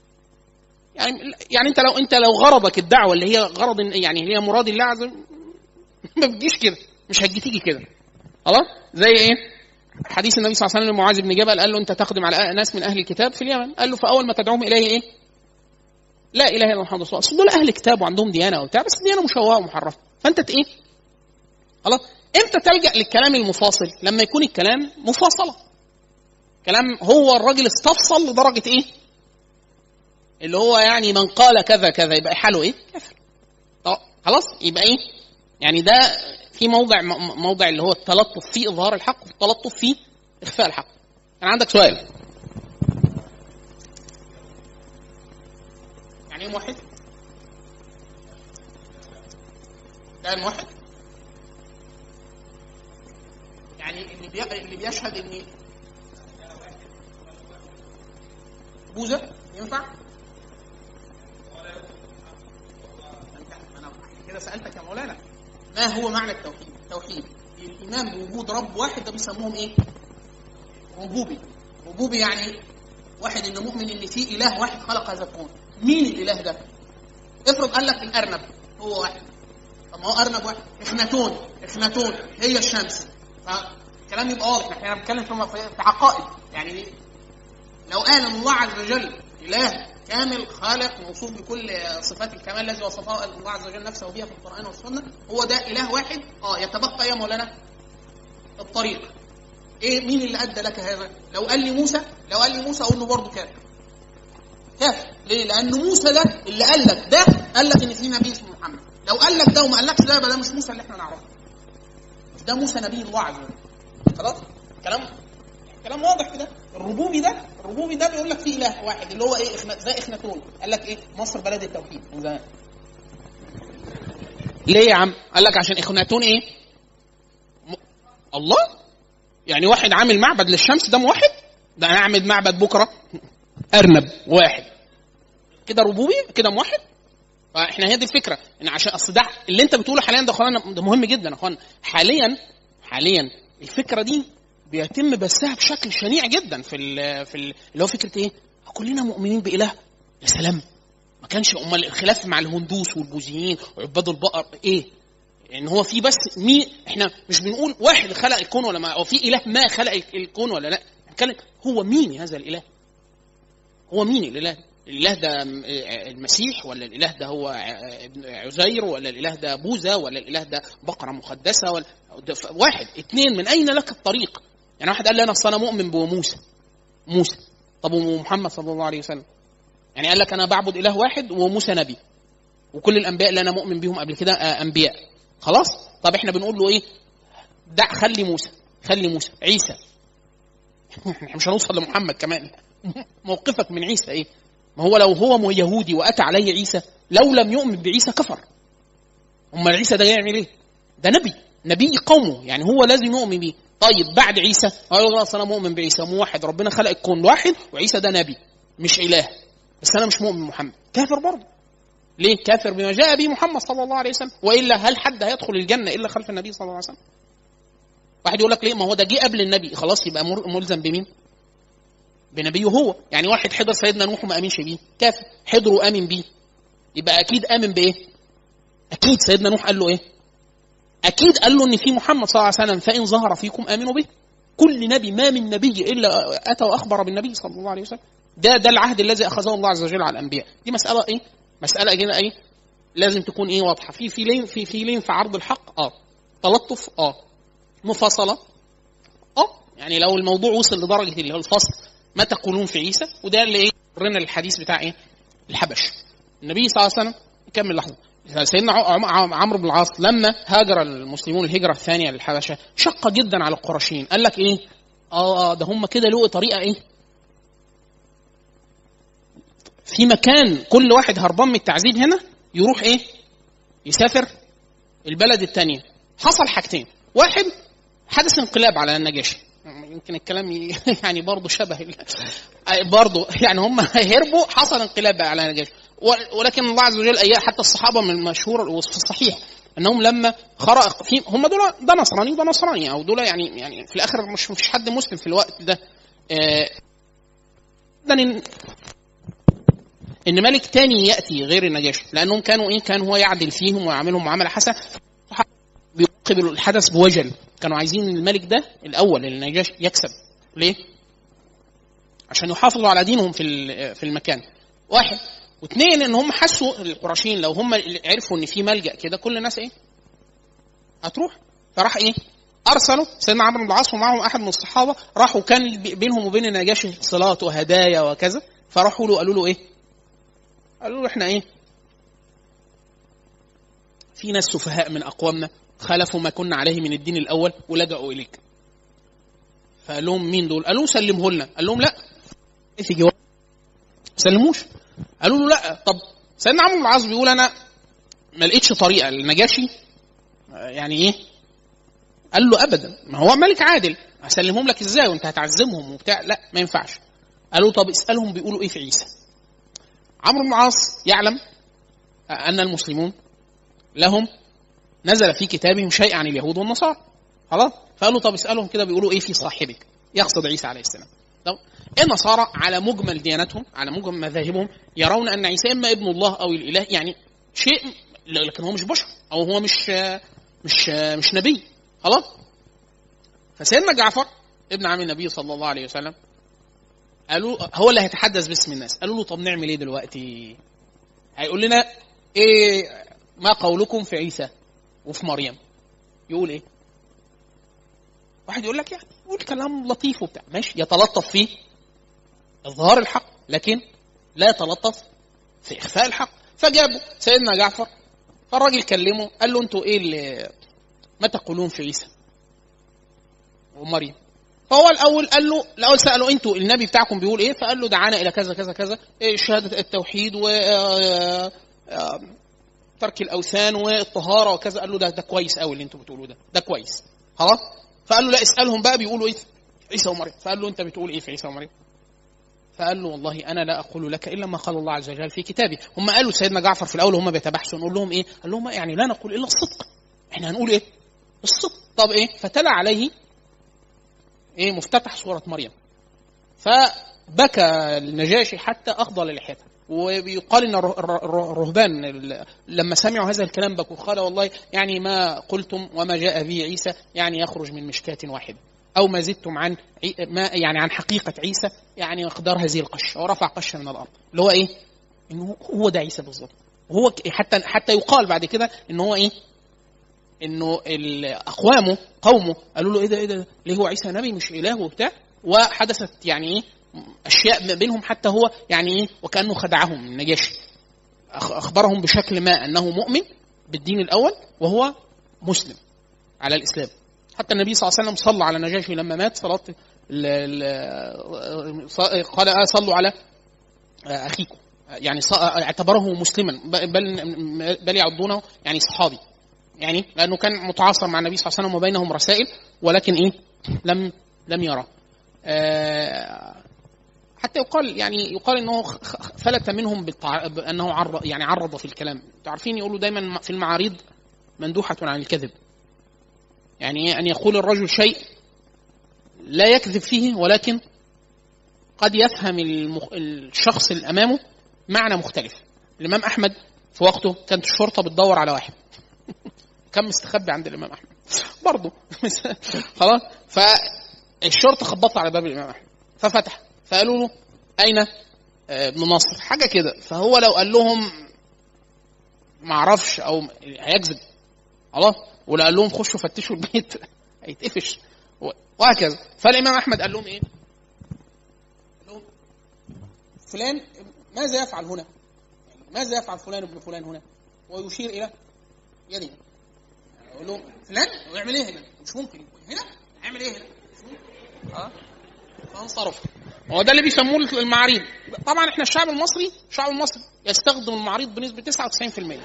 يعني انت لو غرضك الدعوه اللي هي غرض يعني هي مراد الله عز وجل ما بتجيش كده، مش تيجي كده. خلاص. زي ايه؟ حديث النبي صلى الله عليه وسلم لمعاذ بن جبل، قال له انت تخدم على ناس من اهل الكتاب في اليمن، قال له فاول ما تدعوهم اليه ايه؟ لا اله الا محمد رسول الله. دول اهل كتاب وعندهم ديانه وبتاع، بس ديانه مشوهه ومحرفه. فانت ايه؟ خلاص. امتى تلجا للكلام المفاصل؟ لما يكون الكلام مفاصله، كلام هو الراجل استفصل لدرجه ايه؟ اللي هو يعني من قال كذا كذا يبقى حاله ايه؟ كافر. طب خلاص يبقى ايه؟ يعني ده في موضع اللي هو التلطف في اظهار الحق والتلطف في اخفاء الحق. كان عندك سؤال؟ يعني ايه موحد؟ ده الموحد يعني اللي بيشهد ان بوذا ينفع؟ انا كده سالتك يا مولانا ما هو معنى التوحيد؟ التوحيد الايمان بوجود رب واحد، ده بيسموهم ايه؟ ربوبي يعني واحد انه مؤمن ان في اله واحد خلق هذا الكون. مين الاله ده؟ افرض قال لك الارنب هو واحد، طب ما هو ارنب واحد. اخناتون هي الشمس. فالكلام يبقى واضح. احنا بنتكلم في عقائد. يعني لو قال ان الله عز وجل اله كامل خالق موصوف بكل صفات الكمال الذي وصفها الله عز وجل نفسه بها في القرآن والسنة، هو ده إله واحد. يتبقى يا مولانا الطريق. ايه مين اللي ادى لك هذا؟ لو قال لي موسى اقول له برضه كافر. ليه؟ لان موسى ده اللي قال لك ده قال لك ان في نبي اسمه محمد. لو قال لك ده وما قالكش ده مش موسى اللي احنا نعرفه، ده موسى نبي الله عز وجل. خلاص كلام واضح كده. الربوبي ده بيقول لك في اله واحد اللي هو ايه؟ زي اخناتون. قال لك ايه؟ مصر بلد التوحيد من زمان. ليه يا عم؟ قال لك عشان اخناتون ايه؟ الله. يعني واحد عامل معبد للشمس ده موحد؟ ده انا اعمل معبد بكره ارنب واحد كده ربوبي كده موحد؟ فاحنا هي دي الفكره، ان عشان اصل ده اللي انت بتقوله حاليا ده اخوانا، ده مهم جدا يا اخوانا. حاليا الفكره دي بيتم بثها بشكل شنيع جدا في اللي هو فكره ايه؟ كلنا مؤمنين باله. يا سلام، ما كانش امال الخلاف مع الهندوس والبوذيين وعباد البقر ايه؟ ان هو في بس مين؟ احنا مش بنقول واحد خلق الكون ولا ما، او في اله ما خلق الكون ولا لا. نتكلم هو مين هذا الاله؟ هو مين الاله؟ الاله ده المسيح، ولا الاله ده هو عزير، ولا الاله ده بوذا، ولا الاله ده بقره مقدسه، ولا واحد اثنين؟ من اين لك الطريق؟ يعني واحد قال لي انا اصل انا مؤمن بموسى. طب ومحمد صلى الله عليه وسلم؟ يعني قال لك انا بعبد اله واحد وموسى نبي، وكل الانبياء اللي انا مؤمن بيهم قبل كده انبياء. خلاص. طب احنا بنقول له ايه؟ دع خلي موسى عيسى. احنا مش هنوصل لمحمد كمان. موقفك من عيسى ايه؟ ما هو لو هو يهودي واتى عليه عيسى، لو لم يؤمن بعيسى كفر. امال عيسى ده يعمل ايه؟ ده نبي قومه، يعني هو لازم يؤمن بيه. طيب بعد عيسى قالوا خلاص انا مؤمن بعيسى موحد، ربنا خلق الكون لواحد وعيسى ده نبي مش اله، بس انا مش مؤمن بمحمد. كافر برضه. ليه كافر؟ بما جاء به محمد صلى الله عليه وسلم. والا هل حد هيدخل الجنه الا خلف النبي صلى الله عليه وسلم؟ واحد يقول لك ليه؟ ما هو ده جه قبل النبي. خلاص يبقى ملزم بمين؟ بنبيه هو. يعني واحد حضر سيدنا نوح وما امنش بيه كافر، حضر وامن بيه يبقى اكيد امن بايه؟ اكيد سيدنا نوح قال له ايه؟ اكيد قال له ان في محمد صلى الله عليه وسلم فان ظهر فيكم امنوا به. كل نبي، ما من نبي الا اتى واخبر بالنبي صلى الله عليه وسلم. ده العهد الذي اخذه الله عز وجل على الانبياء. دي مساله ايه؟ مساله كده ايه؟ لازم تكون ايه؟ واضحه. في لين في عرض الحق، تلطف، مفاصله، يعني لو الموضوع وصل لدرجه اللي هو الفصل ما تقولون في عيسى، وده اللي ايه؟ قرنا الحديث بتاع ايه؟ الحبش. النبي صلى الله عليه وسلم كمل لحظه. سيدنا عمرو بن العاص لما هاجر المسلمون الهجره الثانيه للحبشه شق جدا على القرشيين. قال لك ايه؟ ده هم كده لقوا طريقه ايه؟ في مكان كل واحد هربان من التعذيب هنا يروح ايه؟ يسافر البلد الثانيه. حصل حاجتين. واحد، حدث انقلاب على النجاشي. يمكن الكلام يعني برضه شبه برضه يعني هم هربوا، حصل انقلاب على النجاشي. ولكن الله عز وجل اياه حتى الصحابه من المشهور في الصحيح انهم لما خرق في هم دول، ده نصراني وده نصراني، او دول يعني في الاخر مش فيش حد مسلم في الوقت ده. ان ملك تاني ياتي غير النجاشي، لانهم كانوا ايه؟ كان هو يعدل فيهم ويعاملهم معامله حسنه، بيقبلوا الحدث بوجل. كانوا عايزين الملك ده الاول النجاشي يكسب. ليه؟ عشان يحافظوا على دينهم في المكان. واحد. واثنين، ان هم حسوا القرشيين لو هم عرفوا ان في ملجأ كده كل الناس ايه؟ هتروح. فراح ايه؟ ارسلوا سيدنا عمرو بن العاص ومعهم احد من الصحابه، راحوا كان بينهم وبين النجاشي صلات وهدايا وكذا، فراحوا له قالوا له ايه؟ قالوا له احنا ايه؟ في ناس سفهاء من اقوامنا خالفوا ما كنا عليه من الدين الاول ولجأوا اليك. فقال لهم مين دول؟ قالوا سلمه لنا. قال لهم لا، في جواب سلموش. قالوا له لا. طب سيدنا عمرو بن العاص بيقول انا ما لقيتش طريقه للنجاشي، يعني ايه؟ قال له ابدا، ما هو ملك عادل، هسلمهم لك ازاي وانت هتعزمهم وبتاع؟ لا ما ينفعش. قالوا طب اسالهم بيقولوا ايه في عيسى. عمرو بن العاص يعلم ان المسلمون لهم نزل في كتابهم شيء عن اليهود والنصارى، خلاص. فقالوا طب اسالهم كده بيقولوا ايه في صاحبك، يقصد عيسى عليه السلام. طب النصارى على مجمل ديانتهم، على مجمل مذاهبهم، يرون ان عيسى اما ابن الله او الاله، يعني شيء، لكن هو مش بشر، او هو مش نبي، خلاص. فسيدنا جعفر ابن عم النبي صلى الله عليه وسلم قالوا هو اللي هيتحدث باسم الناس. قالوا له طب نعمل ايه دلوقتي؟ هيقول لنا ايه ما قولكم في عيسى وفي مريم؟ يقول ايه؟ واحد يقول لك يعني يقول كلام لطيف وبتاع، ماشي، يتلطف فيه اظهار الحق، لكن لا يتلطف في اخفاء الحق. فجابوا سيدنا جعفر، فالراجل كلمه قال له انتوا ايه اللي ما تقولون في عيسى ومريم؟ فهو الاول قال له، الاول ساله انتوا النبي بتاعكم بيقول ايه؟ فقال له دعانا الى كذا كذا كذا، شهاده التوحيد و ترك الاوثان والطهاره وكذا. قال له ده كويس قوي اللي انتوا بتقولوه ده كويس، خلاص. فقال له لا اسالهم بقى بيقولوا ايه في عيسى ومريم. فقال له انت بتقول ايه في عيسى ومريم؟ فقال له والله انا لا اقول لك الا ما قال الله عز وجل في كتابه. هم قالوا سيدنا جعفر في الاول هم بيتبحثوا، نقول لهم ايه؟ قال لهم يعني لا نقول الا الصدق، احنا هنقول ايه؟ الصدق. طب ايه؟ فتلا عليه ايه؟ مفتتح سوره مريم. فبكى النجاشي حتى اخضل لحيته. وبيقال ان الرهبان لما سمعوا هذا الكلام بكوا، قال والله يعني ما قلتم وما جاء به عيسى يعني يخرج من مشكاة واحدة، او ما زدتم عن ما يعني عن حقيقة عيسى يعني مقدار هذه القشة، ورفع قشة من الارض، اللي هو ايه؟ انه هو ده عيسى بالظبط. وهو حتى يقال بعد كده ان هو ايه؟ انه اقوامه قومه قالوا له ايه ده ليه هو عيسى نبي مش اله وبتاع، وحدثت يعني ايه اشياء بينهم، حتى هو يعني ايه وكانه خدعهم النجاشي، اخبرهم بشكل ما انه مؤمن بالدين الاول وهو مسلم على الاسلام. حتى النبي صلى الله عليه وسلم صلى على النجاشي لما مات صلاه قال صلوا على اخيكم، يعني اعتبره مسلما، بل يعدونه يعني صحابي، يعني لانه كان متعاصر مع النبي صلى الله عليه وسلم وبينهم رسائل، ولكن ايه لم يرى. حتى يقال انه فلت منهم انه عرض في الكلام. تعرفين يقولوا دايما في المعاريض مندوحة عن الكذب، يعني ان يقول الرجل شيء لا يكذب فيه ولكن قد يفهم الشخص اللي امامه معنى مختلف. الامام احمد في وقته كانت الشرطه بتدور على واحد كان مستخبي عند الامام احمد برضه خلاص. فالشرطه خبطت على باب الامام احمد ففتح، فقالوا له اين ابن نصر حاجه كده. فهو لو قال لهم ما اعرفش او هيكذب خلاص، ولا قال لهم خشوا فتشوا البيت هيتقفش وهكذا. فالامام احمد قال لهم ايه؟ قال لهم فلان ماذا يفعل هنا؟ ماذا يفعل فلان ابن فلان هنا؟ ويشير الى يده. يقول لهم فلان ويعمل ايه هنا؟ مش ممكن هنا يعمل ايه هنا؟ فانصرف. هو ده اللي بيسموه المعاريض. طبعا احنا الشعب المصري يستخدم المعاريض بنسبه 99%.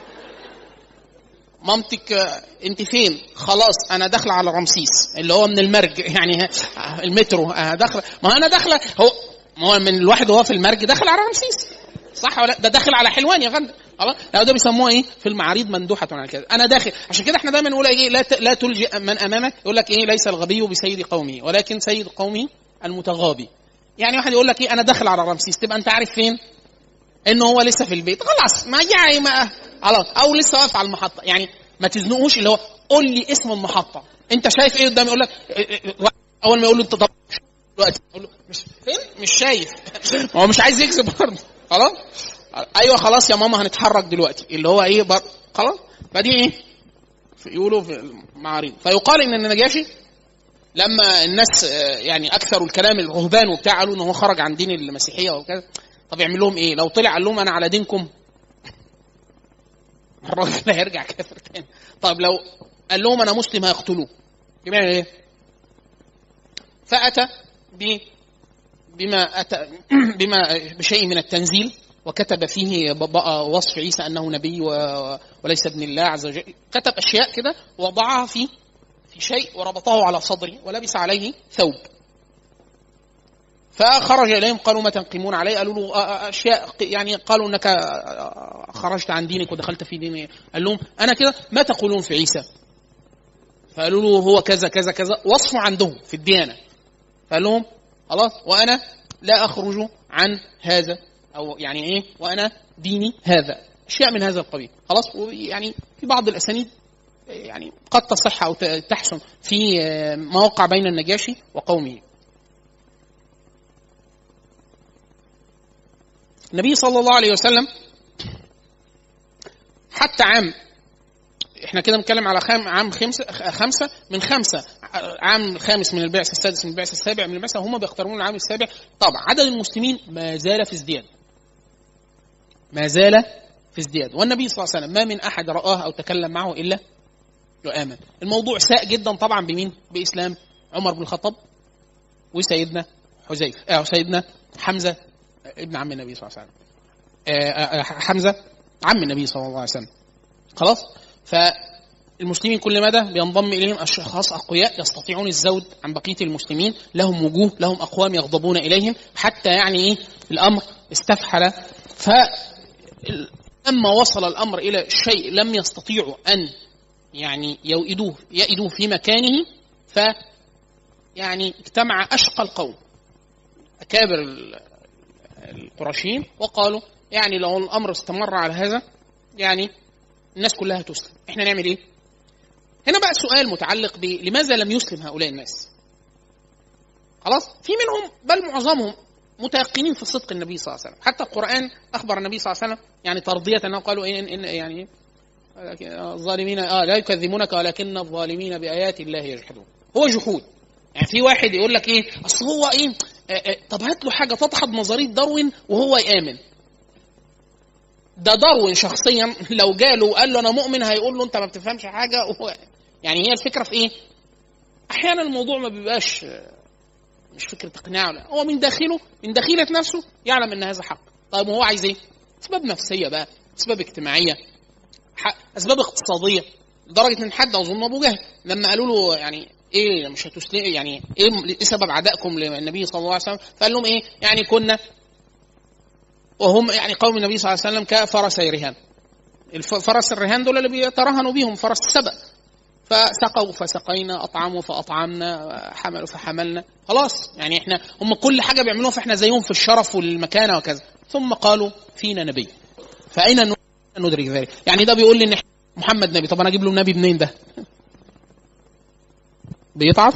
مامتك انت فين؟ خلاص انا داخله على رمسيس اللي هو من المرج يعني المترو داخله. ما انا داخله هو من الواحد وهو في المرج داخل على رمسيس صح ولا ده داخل على حلوان يا غند خلاص. لا ده بيسموه ايه في المعاريض مندوحه على كده. انا داخل. عشان كده احنا دايما نقول ايه لا تلجئ من امامك. يقول لك ايه ليس الغبي بسيد قومه ولكن سيد قومه المتغابي. يعني واحد يقول لك ايه انا داخل على رمسيس، تبقى انت عارف فين انه هو لسه في البيت خلاص ما يعني ما خلاص، او لسه واقف على المحطه. يعني ما تزنقوش اللي هو قول لي اسم المحطه انت شايف ايه قدامي. يقول لك اول ما يقول له انت طب دلوقتي اقول له مش فين مش شايف هو مش عايز يكذب برضه خلاص. ايوه خلاص يا ماما هنتحرك دلوقتي اللي هو ايه خلاص. فدي ايه يقولوا في المعاريض. فيقال ان النجاشي لما الناس يعني اكثروا الكلام الرهبان وبتاع قالوا ان هو خرج عن دين المسيحيه وكذا. طب يعمل لهم ايه؟ لو طلع قال لهم انا على دينكم الراجل هيرجع كافر تاني. طب لو قال لهم انا مسلم هيقتلوه يعمل ايه؟ فاتى بما بشيء من التنزيل وكتب فيه وصف عيسى انه نبي وليس ابن الله عز وجل. كتب اشياء كده ووضعها في شيء وربطه على صدره ولبس عليه ثوب. فخرج اليهم قالوا ما تنقمون عليه؟ قالوا له اشياء يعني قالوا انك خرجت عن دينك ودخلت في ديني. قال لهم انا كده ما تقولون في عيسى؟ فقالوا له هو كذا كذا كذا وصفه عندهم في الديانه. فقال لهم خلاص وانا لا اخرج عن هذا او يعني ايه وانا ديني هذا اشياء من هذا القبيل خلاص. ويعني في بعض الاسانيد يعني قد تصح او تحسن في ما وقع بين النجاشي وقومه. النبي صلى الله عليه وسلم حتى احنا كده بنتكلم على عام خمسة من خمسة، عام الخامس من البعثة، السادس من البعثة، السابع من البعثة، هم بيختارون العام السابع. طبعا عدد المسلمين ما زال في ازدياد، ما زال في ازدياد. والنبي صلى الله عليه وسلم ما من أحد رآه أو تكلم معه إلا يؤمن. الموضوع ساء جدا طبعا بمين؟ بإسلام عمر بن الخطاب وسيدنا سيدنا حمزة ابن عم النبي صلى الله عليه وسلم، حمزة عم النبي صلى الله عليه وسلم خلاص. فالمسلمين كل مدى بينضم إليهم أشخاص أقوياء يستطيعون الزود عن بقية المسلمين، لهم وجوه، لهم أقوام يغضبون إليهم، حتى يعني إيه الأمر استفحل. فلما وصل الأمر إلى شيء لم يستطيعوا أن يعني يئدوه في مكانه، يعني اجتمع أشقى القوم أكابر القرشيين وقالوا يعني لو الأمر استمر على هذا يعني الناس كلها تسلم، احنا نعمل ايه؟ هنا بقى سؤال متعلق لماذا لم يسلم هؤلاء الناس؟ خلاص في منهم بل معظمهم متيقنين في صدق النبي صلى الله عليه وسلم. حتى القرآن أخبر النبي صلى الله عليه وسلم يعني ترضية أنه قالوا إن يعني الظالمين لا يكذبونك ولكن الظالمين بآيات الله يجحدون. هو جحود. يعني في واحد يقول لك ايه اصل هو ايه طب هات له حاجه تدحض نظريه داروين وهو يامن. ده داروين شخصيا لو جاله وقال له انا مؤمن هيقول له انت ما بتفهمش حاجه. يعني هي الفكره في ايه؟ احيانا الموضوع ما بيبقاش مش فكره اقناع، لا هو من داخله من داخله نفسه يعلم ان هذا حق. طيب وهو عايز ايه؟ اسباب نفسيه بقى، اسباب اجتماعيه، اسباب اقتصاديه. لدرجه ان حد اظن ابو جهل لما قالوا له يعني ايه مش هتسلم يعني ايه سبب عدائكم للنبي صلى الله عليه وسلم، فقال لهم ايه يعني كنا وهم يعني قوم النبي صلى الله عليه وسلم كفرسي رهان. الفرس الرهان دول اللي بيترهنوا بيهم فرس السبأ. فسقوا فسقينا، اطعموا فاطعمنا، حملوا فحملنا، خلاص يعني احنا هم كل حاجه بيعملوها فاحنا زيهم في الشرف والمكانه وكذا. ثم قالوا فينا نبي، فاين ندرك ذلك؟ يعني ده بيقول لي ان محمد نبي، طب انا اجيب له نبي منين ده؟ بيضعف؟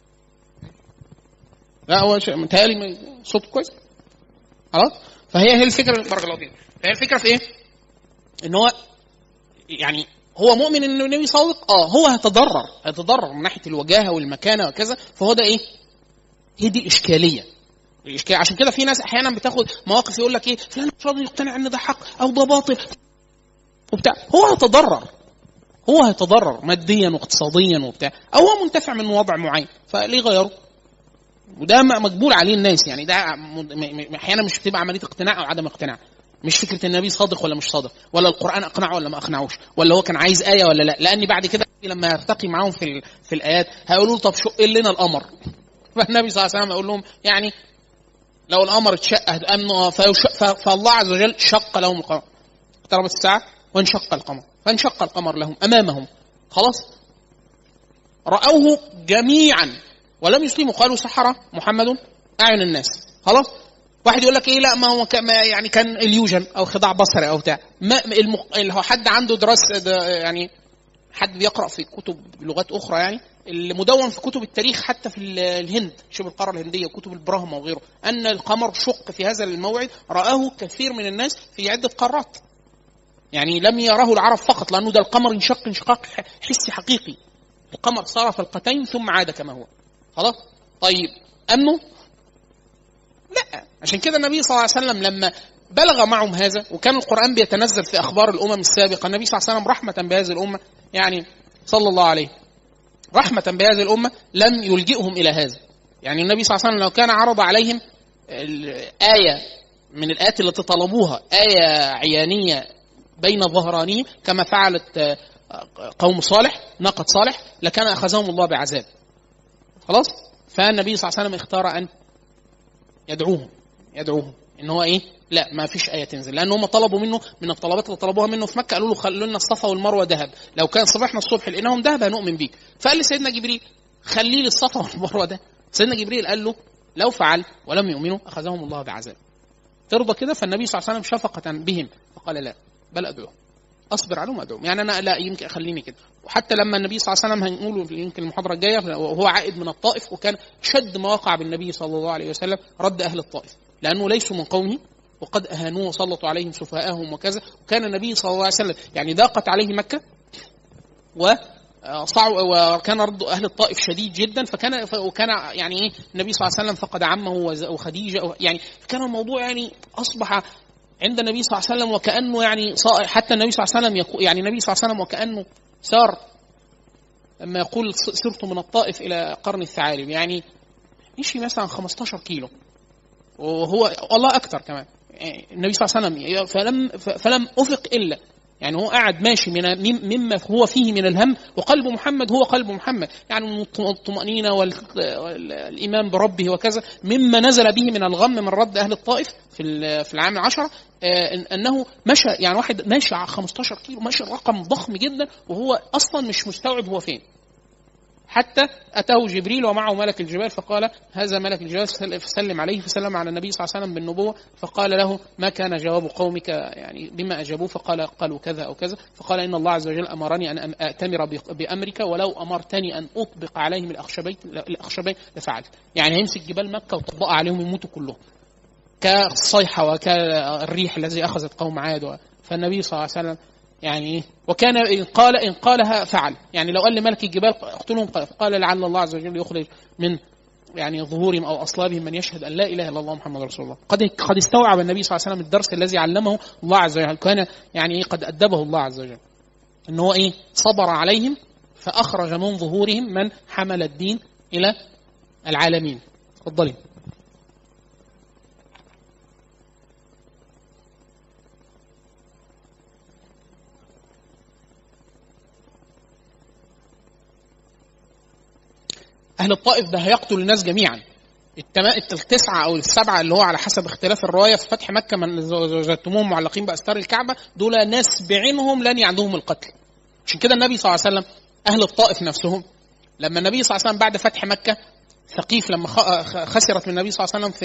لا هو متهيألي صوت كويس خلاص. فهي الفكره، بارك الله فيك، هي الفكره في ايه؟ ان هو يعني هو مؤمن ان النبي صادق، هو هيتضرر من ناحيه الوجاهه والمكانه وكذا، فهو ده ايه؟ هي دي الاشكاليه. عشان كده في ناس احيانا بتاخد مواقف يقول لك ايه، فلان مش راضي يقتنع ان ده حق او ده باطل وبتاع. هو هيتضرر ماديا واقتصاديا وبتاع، او هو منتفع من وضع معين فليه غيره؟ وده مقبول عليه الناس. يعني ده احيانا مش بتبقى عمليه اقتناع او عدم اقتناع، مش فكره النبي صادق ولا مش صادق، ولا القران اقنعه ولا ما اقنعوش، ولا هو كان عايز ايه ولا لا. لان بعد كده لما يرتقي معاهم في الايات هيقولوا طب شق لنا القمر. فالنبي صلى الله عليه وسلم يقول لهم يعني لو القمر اتشق فالله عز وجل شق لهم القمر، اقتربت الساعه وانشق القمر، فانشق القمر لهم امامهم، خلاص راوه جميعا ولم يسلموا، قالوا سحر محمد اعين الناس. خلاص واحد يقول لك ايه، لا ما هو يعني كان اليوجن او خداع بصري او بتاع. اللي هو حد عنده دراسه يعني حد بيقرا في كتب لغات اخرى، يعني المدون في كتب التاريخ حتى في الهند، شبه القاره الهنديه وكتب البراهما وغيره، ان القمر شق في هذا الموعد رآه كثير من الناس في عده قارات. يعني لم يراه العرب فقط، لانه ده القمر انشق انشقاق حسي حقيقي، القمر صار فلقتين ثم عاد كما هو. خلاص طيب امنوا؟ لا. عشان كده النبي صلى الله عليه وسلم لما بلغ معهم هذا، وكان القرآن بيتنزل في أخبار الأمم السابقة، النبي صلى الله عليه وسلم رحمة بهذه الأمة، يعني صلى الله عليه رحمة بهذه الأمة لم يلجئهم إلى هذا. يعني النبي صلى الله عليه وسلم لو كان عرض عليهم آية من الآيات التي طلبوها، آية عيانية بين ظهرانيه كما فعلت قوم صالح، ناقة صالح، لكان أخذهم الله بعذاب. خلاص. فالنبي صلى الله عليه وسلم اختار أن يدعوهم ان هو ايه، لا ما فيش ايه تنزل، لان هم طلبوا منه من الطلبات اللي طلبوها منه في مكه، قالوا له خلوا لنا الصفا والمروه ذهب، لو كان صبحنا الصبح لقيناهم ذهب هنؤمن بيك. فقال لسيدنا جبريل خلي لي الصفا والمروه ده. سيدنا جبريل قال له لو فعل ولم يؤمنوا اخذهم الله بعذاب. ترضى كده؟ فالنبي صلى الله عليه وسلم شفقه بهم فقال لا بل ادعوهم، اصبر عليهم ادعوهم، يعني انا لا يمكن اخليني كده. وحتى لما النبي صلى الله عليه وسلم هنقوله يمكن المحاضره الجايه، وهو عائد من الطائف، وكان شد ما وقع بالنبي صلى الله عليه وسلم رد اهل الطائف، لانه ليسوا من قومه وقد اهانوه وسلطوا عليهم سفهاءهم وكذا. وكان النبي صلى الله عليه وسلم يعني ضاقت عليه مكه وكان رد اهل الطائف شديد جدا، وكان يعني ايه النبي صلى الله عليه وسلم فقد عمه وخديجه، يعني كان الموضوع يعني اصبح عند النبي صلى الله عليه وسلم وكأنه يعني حتى النبي صلى الله عليه وسلم يعني النبي صلى الله عليه وسلم وكأنه سار، لما يقول سرت من الطائف إلى قرن الثعالب، يعني مشي مثلا 15 كيلو، وهو والله أكثر كمان. يعني النبي صلى الله عليه وسلم فلم أفق إلا يعني هو قاعد ماشي مما هو فيه من الهم، وقلب محمد هو قلب محمد، يعني الطمأنينة والإيمان بربه وكذا، مما نزل به من الغم من رد أهل الطائف في العام 10، أنه مشى، يعني واحد ماشي 15 كيلو، ماشي رقم ضخم جدا، وهو أصلا مش مستوعب هو فين. حتى أتاه جبريل ومعه ملك الجبال فقال هذا ملك الجبال فسلم عليه، فسلم على النبي صلى الله عليه وسلم بالنبوة، فقال له ما كان جواب قومك يعني بما أجابوه، قالوا كذا أو كذا، فقال إن الله عز وجل أمرني أن أأتمر بأمرك ولو أمرتني أن أطبق عليهم الأخشبين لفعلت. يعني هيمسك جبال مكة وطبقها عليهم يموتوا كلهم كالصيحة وكالريح الذي أخذت قوم عاد. فالنبي صلى الله عليه وسلم يعني وكان إن قالها فعل، يعني لو قال لملك الجبال اقتلهم قال لعل الله عز وجل يخرج من يعني ظهورهم أو أصلابهم من يشهد أن لا إله إلا الله محمد رسول الله. قد استوعب النبي صلى الله عليه وسلم الدرس الذي علمه الله عز وجل، كان يعني قد أدبه الله عز وجل، أنه صبر عليهم فأخرج من ظهورهم من حمل الدين إلى العالمين. تفضلي. أهل الطائف ده هيقتل الناس جميعا، التسعة أو السبعة اللي هو على حسب اختلاف الرواية في فتح مكة من زوجتموهم معلقين بأستار الكعبة، دول ناس بعينهم لن يعندهم القتل. عشان كده النبي صلى الله عليه وسلم أهل الطائف نفسهم لما النبي صلى الله عليه وسلم بعد فتح مكة ثقيف لما خسرت من النبي صلى الله عليه وسلم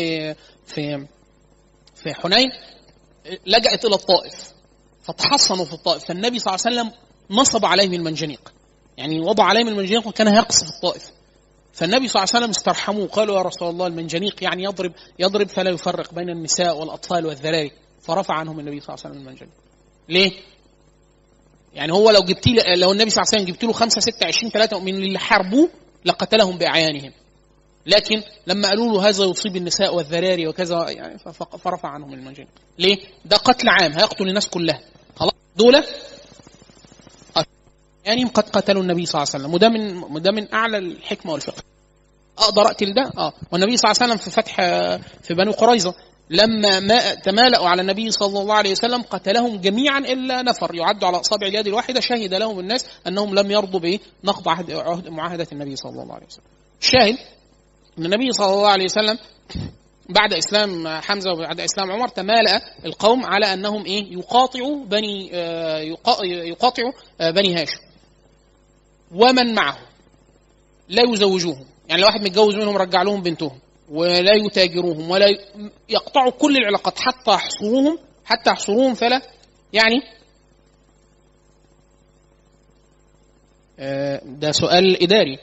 في حنين لجأت إلى الطائف فتحصنوا في الطائف، فالنبي صلى الله عليه وسلم نصب عليهم المنجنيق، يعني وضع عليهم المنجنيق وكان يقصف الطائف. فالنبي صلى الله عليه وسلم استرحموه قالوا يا رسول الله المنجنيق يعني يضرب فلا يفرق بين النساء والأطفال والذراري، فرفع عنهم النبي صلى الله عليه وسلم المنجنيق. ليه؟ يعني هو لو النبي صلى الله عليه وسلم جبت له 5 6 20 3 من اللي حاربوه لقتلهم بأعيانهم، لكن لما قالوا له هذا يصيب النساء والذراري وكذا يعني فرفع عنهم المنجنيق. ليه؟ ده قتل عام هيقتل الناس كلها، خلاص دول يعني قد قتلوا النبي صلى الله عليه وسلم، وده من اعلى الحكمه والفقه. اقدر اقتل ده والنبي صلى الله عليه وسلم في فتح في بني قريظه لما تمالأوا على النبي صلى الله عليه وسلم قتلهم جميعا الا نفر يعد على اصابع اليد الواحده، شهد لهم الناس انهم لم يرضوا بنقض معاهده النبي صلى الله عليه وسلم. الشاهد ان النبي صلى الله عليه وسلم بعد اسلام حمزه وبعد اسلام عمر تمالأ القوم على انهم يقاطعوا بني هاشم ومن معه، لا يزوجوهم، يعني لو واحد متجوز منهم رجع لهم بنتهم، ولا يتاجروهم ولا يقطعوا كل العلاقات حتى يحصروهم فلا يعني. ده سؤال إداري.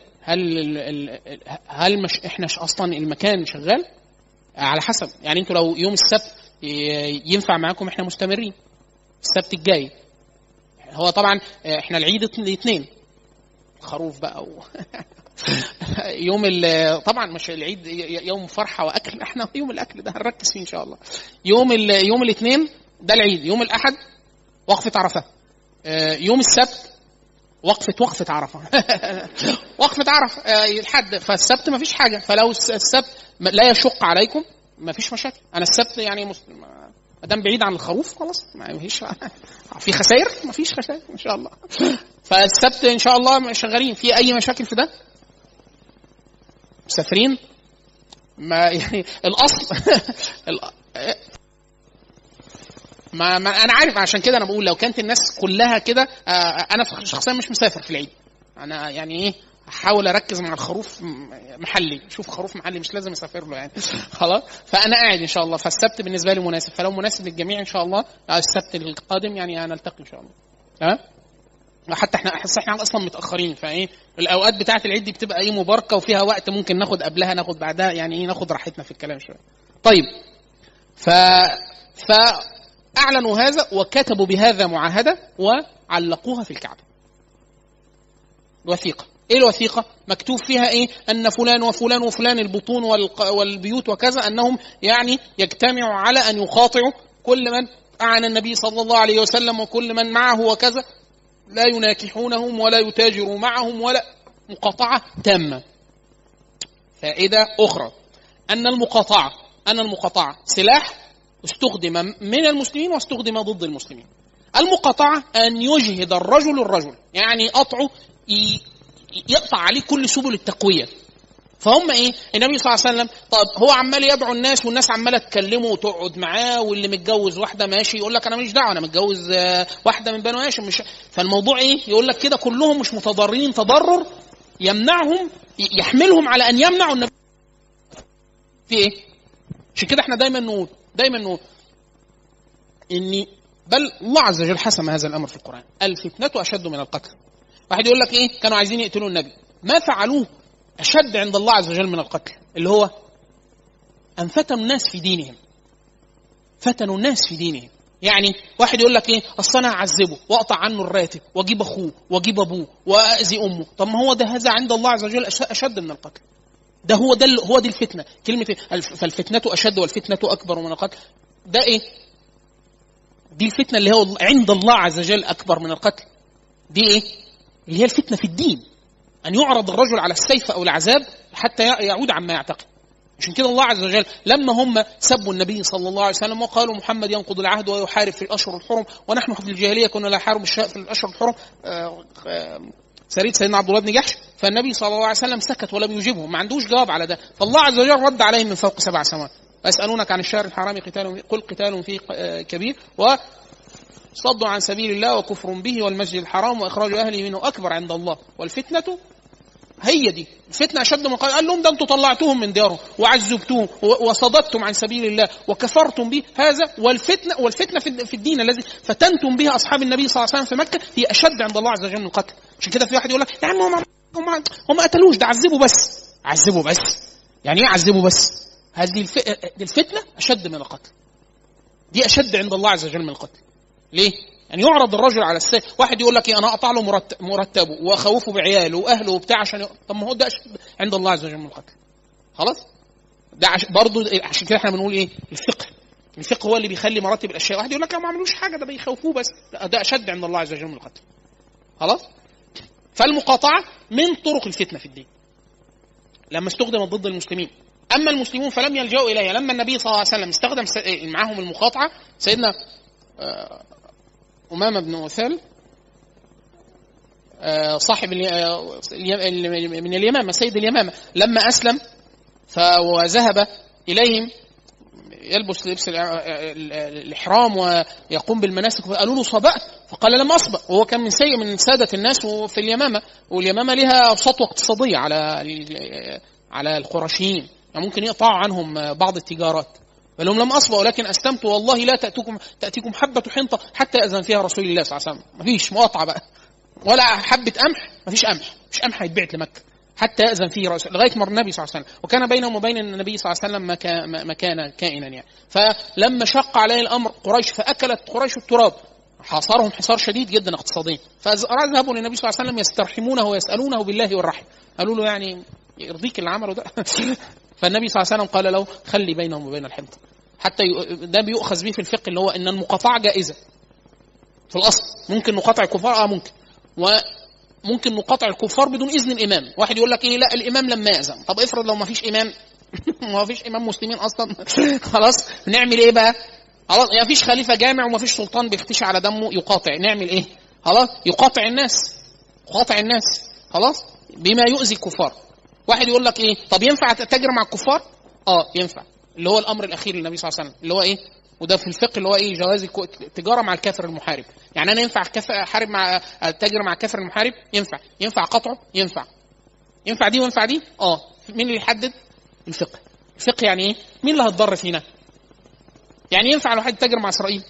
هل مش احنا اصلا المكان شغال على حسب، يعني انتوا لو يوم السبت ينفع معاكم احنا مستمرين السبت الجاي. هو طبعا احنا العيد الاثنين خروف بقى يوم طبعا مش العيد يوم فرحه واكل، احنا يوم الاكل ده هنركز فيه ان شاء الله. يوم الاثنين ده العيد، يوم الاحد وقفه عرفه، يوم السبت وقفه عرفه وقفه عرفه الحد، فالسبت ما فيش حاجه. فلو السبت لا يشق عليكم ما فيش مشاكل. انا السبت يعني ما دام بعيد عن الخروف خلاص ما فيش في خسائر، ما فيش خسائر ان شاء الله. فالسبت ان شاء الله شغالين. في اي مشاكل في ده؟ مسافرين ما يعني الاصل ما انا عارف، عشان كده انا بقول لو كانت الناس كلها كده انا شخصيا مش مسافر في العيد، انا يعني احاول اركز مع الخروف محلي، شوف خروف محلي مش لازم اسافر له يعني خلاص. فانا قاعد ان شاء الله، فالسبت بالنسبه لي مناسب، فلو مناسب للجميع ان شاء الله السبت القادم يعني نلتقي ان شاء الله. حتى احنا اصلا متاخرين، فايه الاوقات بتاعه العيد دي بتبقى مباركه وفيها وقت ممكن ناخد قبلها ناخد بعدها، يعني ناخد راحتنا في الكلام شويه. طيب فاعلنوا هذا وكتبوا بهذا معاهده وعلقوها في الكعبه. الوثيقه ايه الوثيقه؟ مكتوب فيها ان فلان وفلان وفلان البطون والبيوت وكذا انهم يعني يجتمعوا على ان يقاطعوا كل من اعان النبي صلى الله عليه وسلم وكل من معه وكذا، لا يناكحونهم ولا يتاجروا معهم ولا مقاطعة تامة. فائدة أخرى أن المقاطعة سلاح استخدم من المسلمين واستخدم ضد المسلمين. المقاطعة أن يجهد الرجل يعني قطعه يقطع عليه كل سبل التقوية. فهم النبي صلى الله عليه وسلم طب هو عمال يدعو الناس والناس عماله تكلمه وتقعد معاه، واللي متجوز واحده ماشي يقول لك انا ماليش دعوه انا متجوز واحده من بنو هاشم، مش فالموضوع يقول لك كده كلهم مش متضررين تضرر يمنعهم يحملهم على ان يمنعوا النبي في عشان كده احنا دايما نقول ان بل الله عز وجل حسم هذا الامر في القران، الفتنه اشد من القتل. واحد يقول لك كانوا عايزين يقتلوا النبي، ما فعلوه أشد عند الله عز وجل من القتل، اللي هو أن فتنوا الناس في دينهم. يعني واحد يقول لك أصل أنا أعذبه وأقطع عنه الراتب وأجيب أخوه وأجيب أبوه وأذي أمه، طب ما هو ده هذا عند الله عز وجل أشد من القتل. ده هو دي الفتنة، كلمة فالفتنة أشد والفتنة أكبر من القتل. ده دي الفتنة اللي هو عند الله عز وجل أكبر من القتل. دي اللي هي الفتنة في الدين، أن يعرض الرجل على السيف أو العذاب حتى يعود عما يعتقد. عشان كده الله عز وجل لما هم سبوا النبي صلى الله عليه وسلم وقالوا محمد ينقض العهد ويحارب في الأشهر الحرم ونحن في الجاهلية كنا لا نحارب في الأشهر الحرم، سيدنا عبد الله بن جحش، فالنبي صلى الله عليه وسلم سكت ولم يجيبهم، ما عندوش جواب على ده. فالله عز وجل رد عليهم من فوق 7 سماوات. ويسألونك عن الشهر الحرام قل قتال فيه كبير صد عن سبيل الله وكفر به والمسجد الحرام واخراج اهله منه اكبر عند الله والفتنه هي دي الفتنه اشد من قال لهم ده انتم طلعتوهم من ديارهم وعذبتوهم وصددتم عن سبيل الله وكفرتم به هذا والفتنه في الدين الذي فتنتم به اصحاب النبي صلى الله عليه وسلم في مكه هي اشد عند الله عز وجل من القتل. عشان كده في واحد يقول لك يا عم هم قتلوش ده عذبوا بس يعني ايه عذبوا بس؟ هذه الفتنه اشد من القتل، دي اشد عند الله عز وجل من القتل. ليه؟ يعني يعرض الرجل على السيف، واحد يقول لك انا اقطع له مرتبه واخوفه بعياله واهله وبتاع عشان طب ما هو ده عند الله عز وجل من القتل. خلاص ده برضه عشان كده احنا بنقول ايه؟ الفقه هو اللي بيخلي مراتب الاشياء. واحد يقول لك ما عملوش حاجه ده بيخوفوه بس، ده اشد عند الله عز وجل من القتل. خلاص. فالمقاطعه من طرق الفتنه في الدين لما استخدمت ضد المسلمين. اما المسلمون فلم يلجأوا اليها. لما النبي صلى الله عليه وسلم استخدم معهم المقاطعه، سيدنا أمامة بن أوثال صاحب من اليمامة سيد اليمامة لما أسلم وذهب إليهم يلبس لبس الإحرام ويقوم بالمناسك فقالوا له صبأت، فقال لم أصبأ، وهو كان من سادة الناس في اليمامة، واليمامة لها سطوة اقتصادية على القرشيين، يعني ممكن يقطعوا عنهم بعض التجارات. فلهم لم أصبأ ولكن أستمت والله لا تأتيكم حبة حنطة حتى أذن فيها رسول الله صلى الله عليه وسلم. مفيش مقاطعة بقى ولا حبة قمح، مفيش قمح هيتبعت لمكة حتى أذن فيه رسول لغاية مر النبي صلى الله عليه وسلم، وكان بينهم وبين النبي صلى الله عليه وسلم ما كان كائنا يعني. فلما شق عليه الأمر قريش فأكلت قريش التراب، حاصرهم حصار شديد جدا اقتصاديا، فذهبوا للنبي صلى الله عليه وسلم يسترحمونه ويسألونه بالله والرحم، قالوا له يعني يرضيك اللي عمله ده؟ فالنبي صلى الله عليه وسلم قال له خلي بينهم وبين الحنطة، حتى ده بيؤخذ به في الفقه اللي هو ان المقاطعه جائزه في الاصل. ممكن نقاطع الكفار ممكن، وممكن نقاطع الكفار بدون اذن الامام. واحد يقول لك ايه لا الامام لما يأذن، طب افرض لو ما فيش امام ما فيش امام مسلمين اصلا خلاص نعمل ايه بقى؟ خلاص ما فيش خليفه جامع وما فيش سلطان بيختشي على دمه يقاطع، نعمل ايه؟ خلاص يقاطع الناس خلاص بما يؤذي الكفار. واحد يقول لك ايه طب ينفع تتاجر مع الكفار؟ ينفع، اللي هو الامر الاخير للنبي صلى الله عليه وسلم اللي هو ايه، وده في الفقه اللي هو ايه جواز التجاره مع الكافر المحارب. يعني انا ينفع احارب مع التاجر مع الكافر المحارب؟ ينفع قطعه، ينفع دي وينفع دي. مين اللي يحدد؟ الفقه يعني ايه؟ مين اللي هتضر فينا؟ يعني ينفع الواحد يتاجر مع اسرائيل؟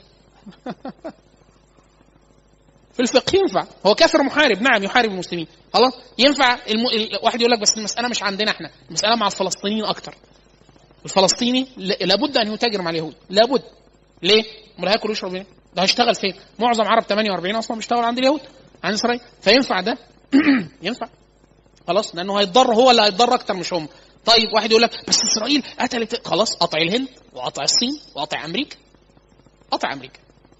في الفقه ينفع، هو كافر محارب نعم يحارب المسلمين خلاص ينفع. واحد يقول لك بس المساله مش عندنا احنا، المساله مع الفلسطينيين اكتر. الفلسطيني لابد ان يتاجر مع اليهود، لابد. ليه؟ امال هياكل ويشرب ايه؟ ده هيشتغل فين؟ معظم عرب 48 اصلا بيشتغلوا عند اليهود عند اسرائيل، فينفع ده ينفع خلاص، لانه هيتضر، هو اللي هيتضر اكتر مش هم. طيب واحد يقول لك بس اسرائيل قتلت، خلاص قطع الهند وقطع الصين وقطع امريكا، قطع امريكا.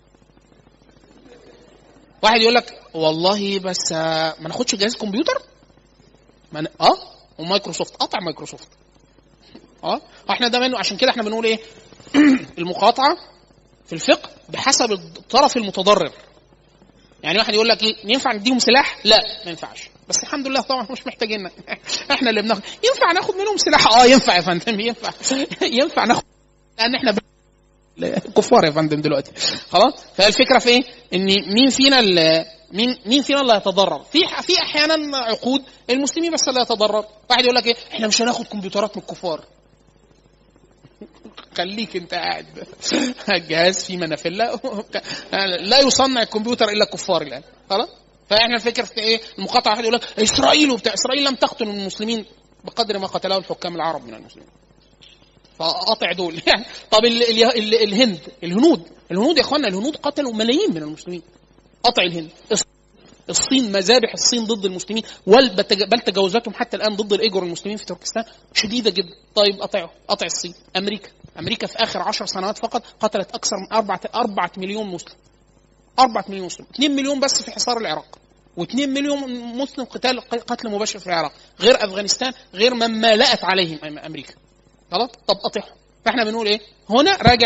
واحد يقول لك والله بس ما ناخدش جهاز كمبيوتر، ومايكروسوفت، قطع مايكروسوفت. احنا ده منه. عشان كده احنا بنقول ايه المقاطعه في الفقه بحسب الطرف المتضرر. يعني واحد يقول لك ايه ينفع نديهم سلاح؟ لا ما ينفعش، بس الحمد لله طبعا مش محتاجين احنا اللي بناخد. ينفع ناخد منهم سلاح؟ ينفع يا فندم، ينفع ناخد، لان احنا كفار يا فندم دلوقتي خلاص. فالفكره في ايه؟ ان مين فينا اللي هيتضرر في احيانا عقود المسلمين بس اللي هيتضرر. واحد يقول لك ايه احنا مش هناخد كمبيوترات من الكفار. خليك انت قاعد الجهاز في منافله لا يصنع الكمبيوتر الا الكفار الان خلاص. فاحنا الفكره في ايه؟ المقاطعه. واحد يقول لك اسرائيل وبتاع، اسرائيل لم تقتل المسلمين بقدر ما قتلوا الحكام العرب من المسلمين، فقاطع دول يعني. طب الهنود يا اخوانا، الهنود قتلوا ملايين من المسلمين، قطع الهند. الصين مذابح الصين ضد المسلمين بل تجاوزاتهم حتى الان ضد الايجور المسلمين في تركستان شديده جدا. طيب قطع الصين. امريكا في اخر 10 سنوات فقط قتلت اكثر من 4 مليون مسلم، 4 مليون مسلم، 2 مليون بس في حصار العراق، و2 مليون مسلم قتل مباشر في العراق، غير افغانستان، غير مما لأت عليهم امريكا خلاص. طب قطعهم. فاحنا بنقول ايه هنا؟ راجع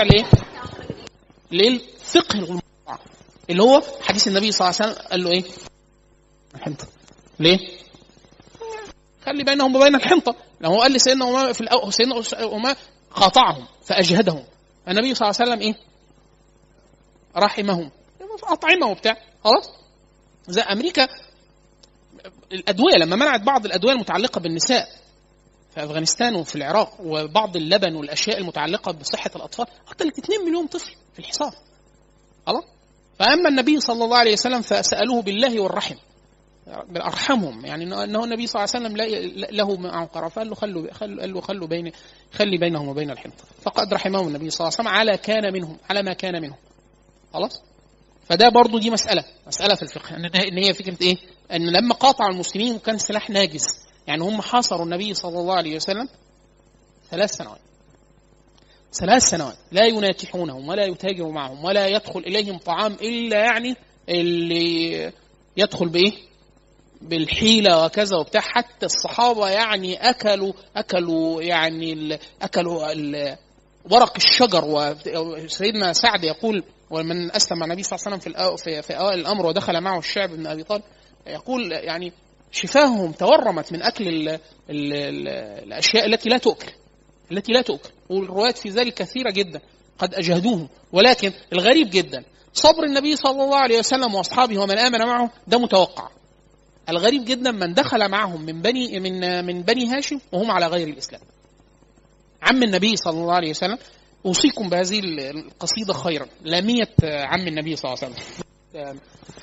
للفقه المقاطعه اللي هو حديث النبي صلى الله عليه وسلم قال له ايه؟ الحنطه. ليه؟ خلي بينهم وبين الحنطه. لو هو قال لي سيدنا أمامة في الاول، سيدنا أمامة قاطعهم فاجهدهم، النبي صلى الله عليه وسلم ايه؟ رحمهم. اطعمه وبتاع خلاص. زي امريكا الادويه لما منعت بعض الادويه المتعلقه بالنساء في افغانستان وفي العراق، وبعض اللبن والاشياء المتعلقه بصحه الاطفال، قتلت 2 مليون طفل في الحصار خلاص. فاما النبي صلى الله عليه وسلم فسالوه بالله والرحم، ارحمهم، يعني انه النبي صلى الله عليه وسلم له معه قرار، فقال له خلي بينهم وبين الحنطه، فقد رحمهم النبي صلى الله عليه وسلم على ما كان منهم خلاص. فده برضو دي مساله في الفقه، ان هي فكره ايه؟ ان لما قاطع المسلمين وكان سلاح ناجز، يعني هم حاصروا النبي صلى الله عليه وسلم 3 سنوات لا يناكحونهم ولا يتاجروا معهم ولا يدخل اليهم طعام الا يعني اللي يدخل بايه؟ بالحيلة وكذا وبتاع. حتى الصحابة يعني أكلوا يعني ورق الشجر. وسيدنا سعد يقول ومن أسلم مع النبي صلى الله عليه وسلم في أوائل الأمر ودخل معه الشعب بن أبي طالب، يقول يعني شفاههم تورمت من أكل الأشياء التي لا تؤكل، والروايات في ذلك كثيرة جدا قد أجهدوهم. ولكن الغريب جدا صبر النبي صلى الله عليه وسلم وأصحابه ومن آمن معه ده متوقع. الغريب جدا من دخل معهم من بني هاشم وهم على غير الإسلام. عم النبي صلى الله عليه وسلم، أوصيكم بهذه القصيدة خيرا، لامية عم النبي صلى الله عليه وسلم.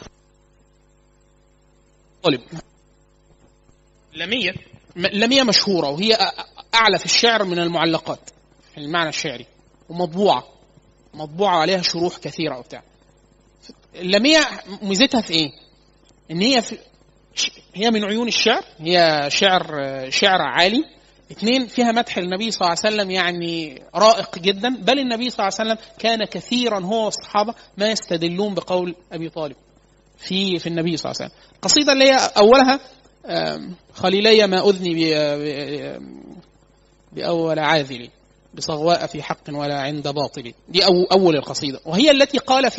طالب لامية مشهورة، وهي أعلى في الشعر من المعلقات في المعنى الشعري، ومطبوعة عليها شروح كثيرة وبتاع. اللامية ميزتها في إيه؟ إن هي من عيون الشعر، هي شعر عالي. 2 فيها مدح النبي صلى الله عليه وسلم يعني رائق جدا، بل النبي صلى الله عليه وسلم كان كثيرا هو والصحابة ما يستدلون بقول أبي طالب في النبي صلى الله عليه وسلم. القصيدة اللي هي أولها خليلي ما أذني بأول عاذلي بصغواء في حق ولا عند باطل، دي أول القصيدة، وهي التي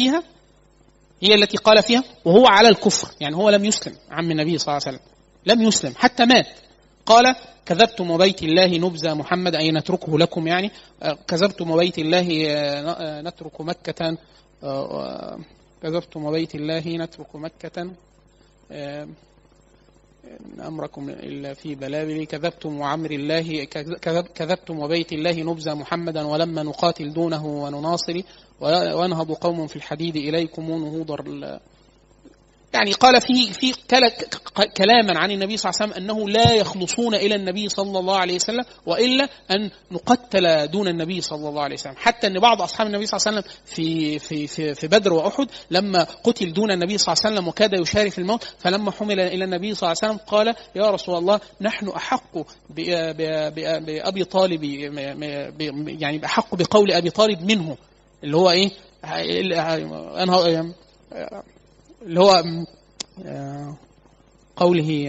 قال فيها وهو على الكفر، يعني هو لم يسلم. عم النبي صلى الله عليه وسلم لم يسلم حتى مات. قال كذبتم وبيت الله نبذ محمد أي نتركه لكم، يعني كذبتم وبيت الله نترك مكة، كذبتم وبيت الله نترك مكة أمركم إلا في بلابل، كذبتم وعمر الله كذبتم وبيت الله نبذ محمدا ولما نقاتل دونه ونناصر وينهض قوم في الحديد إليكم نهوض. يعني قال في كلاما عن النبي صلى الله عليه وسلم أنه لا يخلصون إلى النبي صلى الله عليه وسلم وإلا أن نقتل دون النبي صلى الله عليه وسلم. حتى أن بعض أصحاب النبي صلى الله عليه وسلم في بدر وأحد لما قتل دون النبي صلى الله عليه وسلم وكاد يشارك في الموت، فلما حمل إلى النبي صلى الله عليه وسلم قال يا رسول الله نحن أحق بأبي طالب، يعني أحق بقول أبي طالب منه، اللي هو إيه؟ اللي هو قوله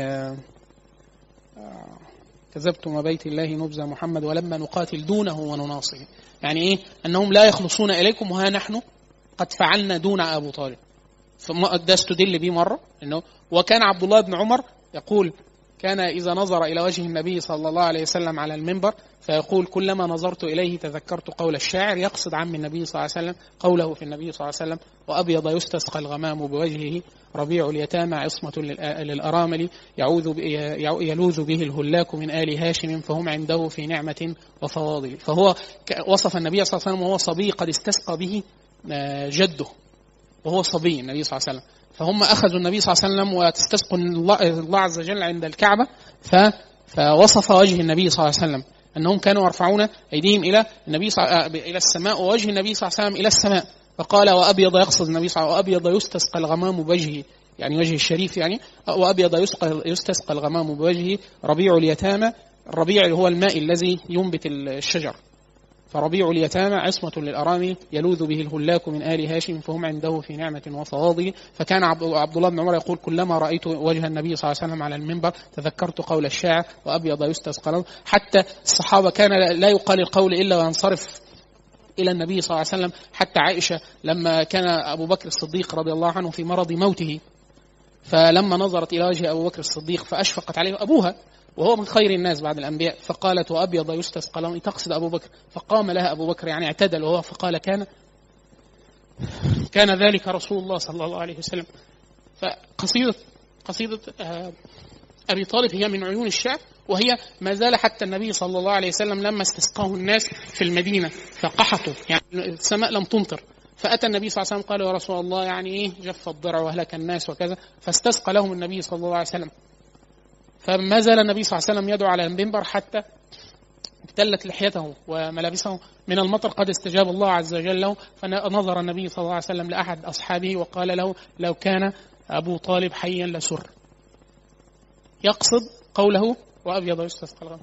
كذبتم بيت الله نبذ محمد ولما نقاتل دونه ونناصره، يعني ايه؟ انهم لا يخلصون اليكم وها نحن قد فعلنا دون ابو طالب. ده استدل به مره انه، وكان عبد الله بن عمر يقول كان إذا نظر إلى وجه النبي صلى الله عليه وسلم على المنبر فيقول كلما نظرت إليه تذكرت قول الشاعر، يقصد عم النبي صلى الله عليه وسلم قوله في النبي صلى الله عليه وسلم وأبيض يستسقى الغمام بوجهه ربيع اليتامى عصمة للأرامل يلوذ به الهلاك من آل هاشم فهم عنده في نعمة وفواضل. فهو وصف النبي صلى الله عليه وسلم وهو صبي قد استسقى به جده وهو صبي النبي صلى الله عليه وسلم، فهم أخذوا النبي صلى الله عليه وسلم وتستسقوا الله عز وجل عند الكعبة، فوصف وجه النبي صلى الله عليه وسلم أنهم كانوا يرفعون أيديهم إلى النبي إلى السماء ووجه النبي صلى الله عليه وسلم إلى السماء، فقال وأبيض، يقصد النبي صلى الله عليه وسلم وأبيض يستسقى الغمام بوجهه، يعني وجه الشريف، يعني وأبيض يستسقى الغمام بوجهه ربيع اليتامى. الربيع هو الماء الذي ينبت الشجر، فربيع اليتامى عصمة للأرامل يلوذ به الهلاك من آل هاشم فهم عنده في نعمة وفواضل. فكان عبد الله بن عمر يقول كلما رأيت وجه النبي صلى الله عليه وسلم على المنبر تذكرت قول الشاعر وأبيض يستسقى. حتى الصحابة كان لا يقال القول إلا وينصرف إلى النبي صلى الله عليه وسلم. حتى عائشة لما كان أبو بكر الصديق رضي الله عنه في مرض موته، فلما نظرت إلى وجه أبو بكر الصديق فأشفقت عليه أبوها وهو من خير الناس بعد الأنبياء، فقالت وأبيض يستسقى، تقصد أبو بكر، فقام لها أبو بكر يعني اعتدل وهو، فقال كان ذلك رسول الله صلى الله عليه وسلم. قصيدة أبي طالب هي من عيون الشعر، وهي ما زال حتى النبي صلى الله عليه وسلم لما استسقاه الناس في المدينة فقحطوا، يعني السماء لم تمطر، فأتى النبي صلى الله عليه وسلم قال: يا رسول الله يعني إيه جف الضرع وهلك الناس وكذا، فاستسقى لهم النبي صلى الله عليه وسلم. فما زال النبي صلى الله عليه وسلم يدعو على المنبر حتى ابتلت لحيته وملابسه من المطر، قد استجاب الله عز وجل له. فنظر النبي صلى الله عليه وسلم لأحد أصحابه وقال له: لو كان أبو طالب حيا لسر. يقصد قوله: وأبيض يستسقى الغمام.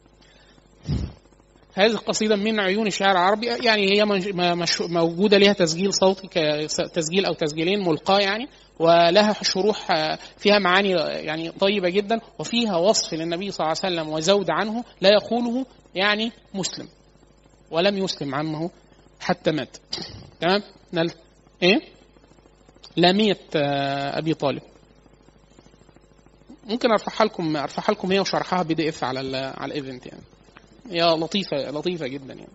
هذه القصيدة من عيون الشعر العربي، يعني هي موجودة لها تسجيل صوتي، تسجيل أو تسجيلين ملقاة يعني، ولها شروح فيها معاني يعني طيبة جدا، وفيها وصف للنبي صلى الله عليه وسلم وزود عنه لا يقوله يعني مسلم، ولم يسلم عمه حتى مات. تمام. ايه لامية أبي طالب ممكن ارفعها لكم هي وشرحها PDF على الايفنت، يعني هي لطيفة جدا يعني.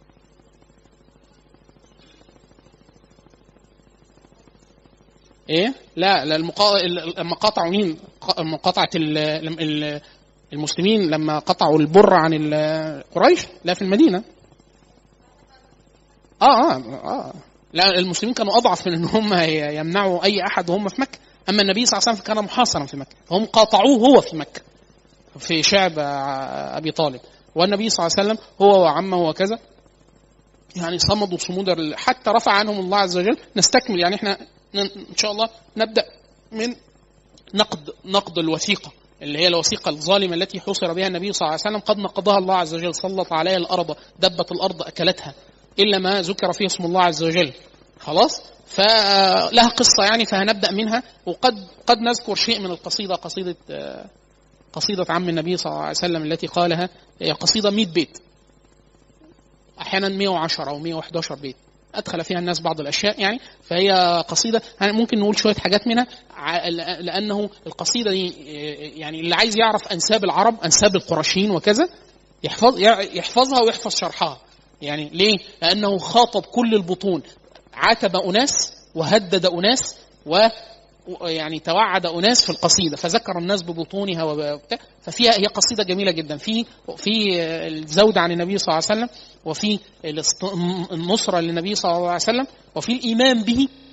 ايه لا لما قطعوا مين؟ مقاطعة المسلمين لما قطعوا البر عن قريش، لا في المدينة. لا المسلمين كانوا اضعف من ان هم يمنعوا اي احد وهم في مكة، اما النبي صلى الله عليه وسلم كان محاصرا في مكة، فهم قاطعوه هو في مكة في شعب أبي طالب، والنبي صلى الله عليه وسلم هو وعمه وكذا يعني صمدوا صمودا حتى رفع عنهم الله عز وجل. نستكمل يعني احنا ان شاء الله نبدأ من نقد الوثيقة اللي هي الوثيقة الظالمة التي حصر بها النبي صلى الله عليه وسلم، قد نقضها الله عز وجل، سلط عليها الأرض، دبت الأرض أكلتها إلا ما ذكر فيه اسم الله عز وجل. خلاص، فلها قصة يعني، فهنبدأ منها، وقد نذكر شيء من القصيدة، قصيدة عم النبي صلى الله عليه وسلم التي قالها، هي قصيدة 100 بيت، أحيانا 110 أو 111 بيت، أدخل فيها الناس بعض الأشياء يعني، فهي قصيدة ممكن نقول شوية حاجات منها، لأنه القصيدة دي يعني اللي عايز يعرف أنساب العرب، أنساب القرشيين وكذا، يحفظها ويحفظ شرحها. يعني ليه؟ لأنه خاطب كل البطون، عاتب أناس وهدد أناس ويعني توعد أناس في القصيدة، فذكر الناس ببطونها ففيها هي قصيدة جميلة جدا، في الزود عن النبي صلى الله عليه وسلم، وفي النصرة للنبي صلى الله عليه وسلم، وفي الإيمان به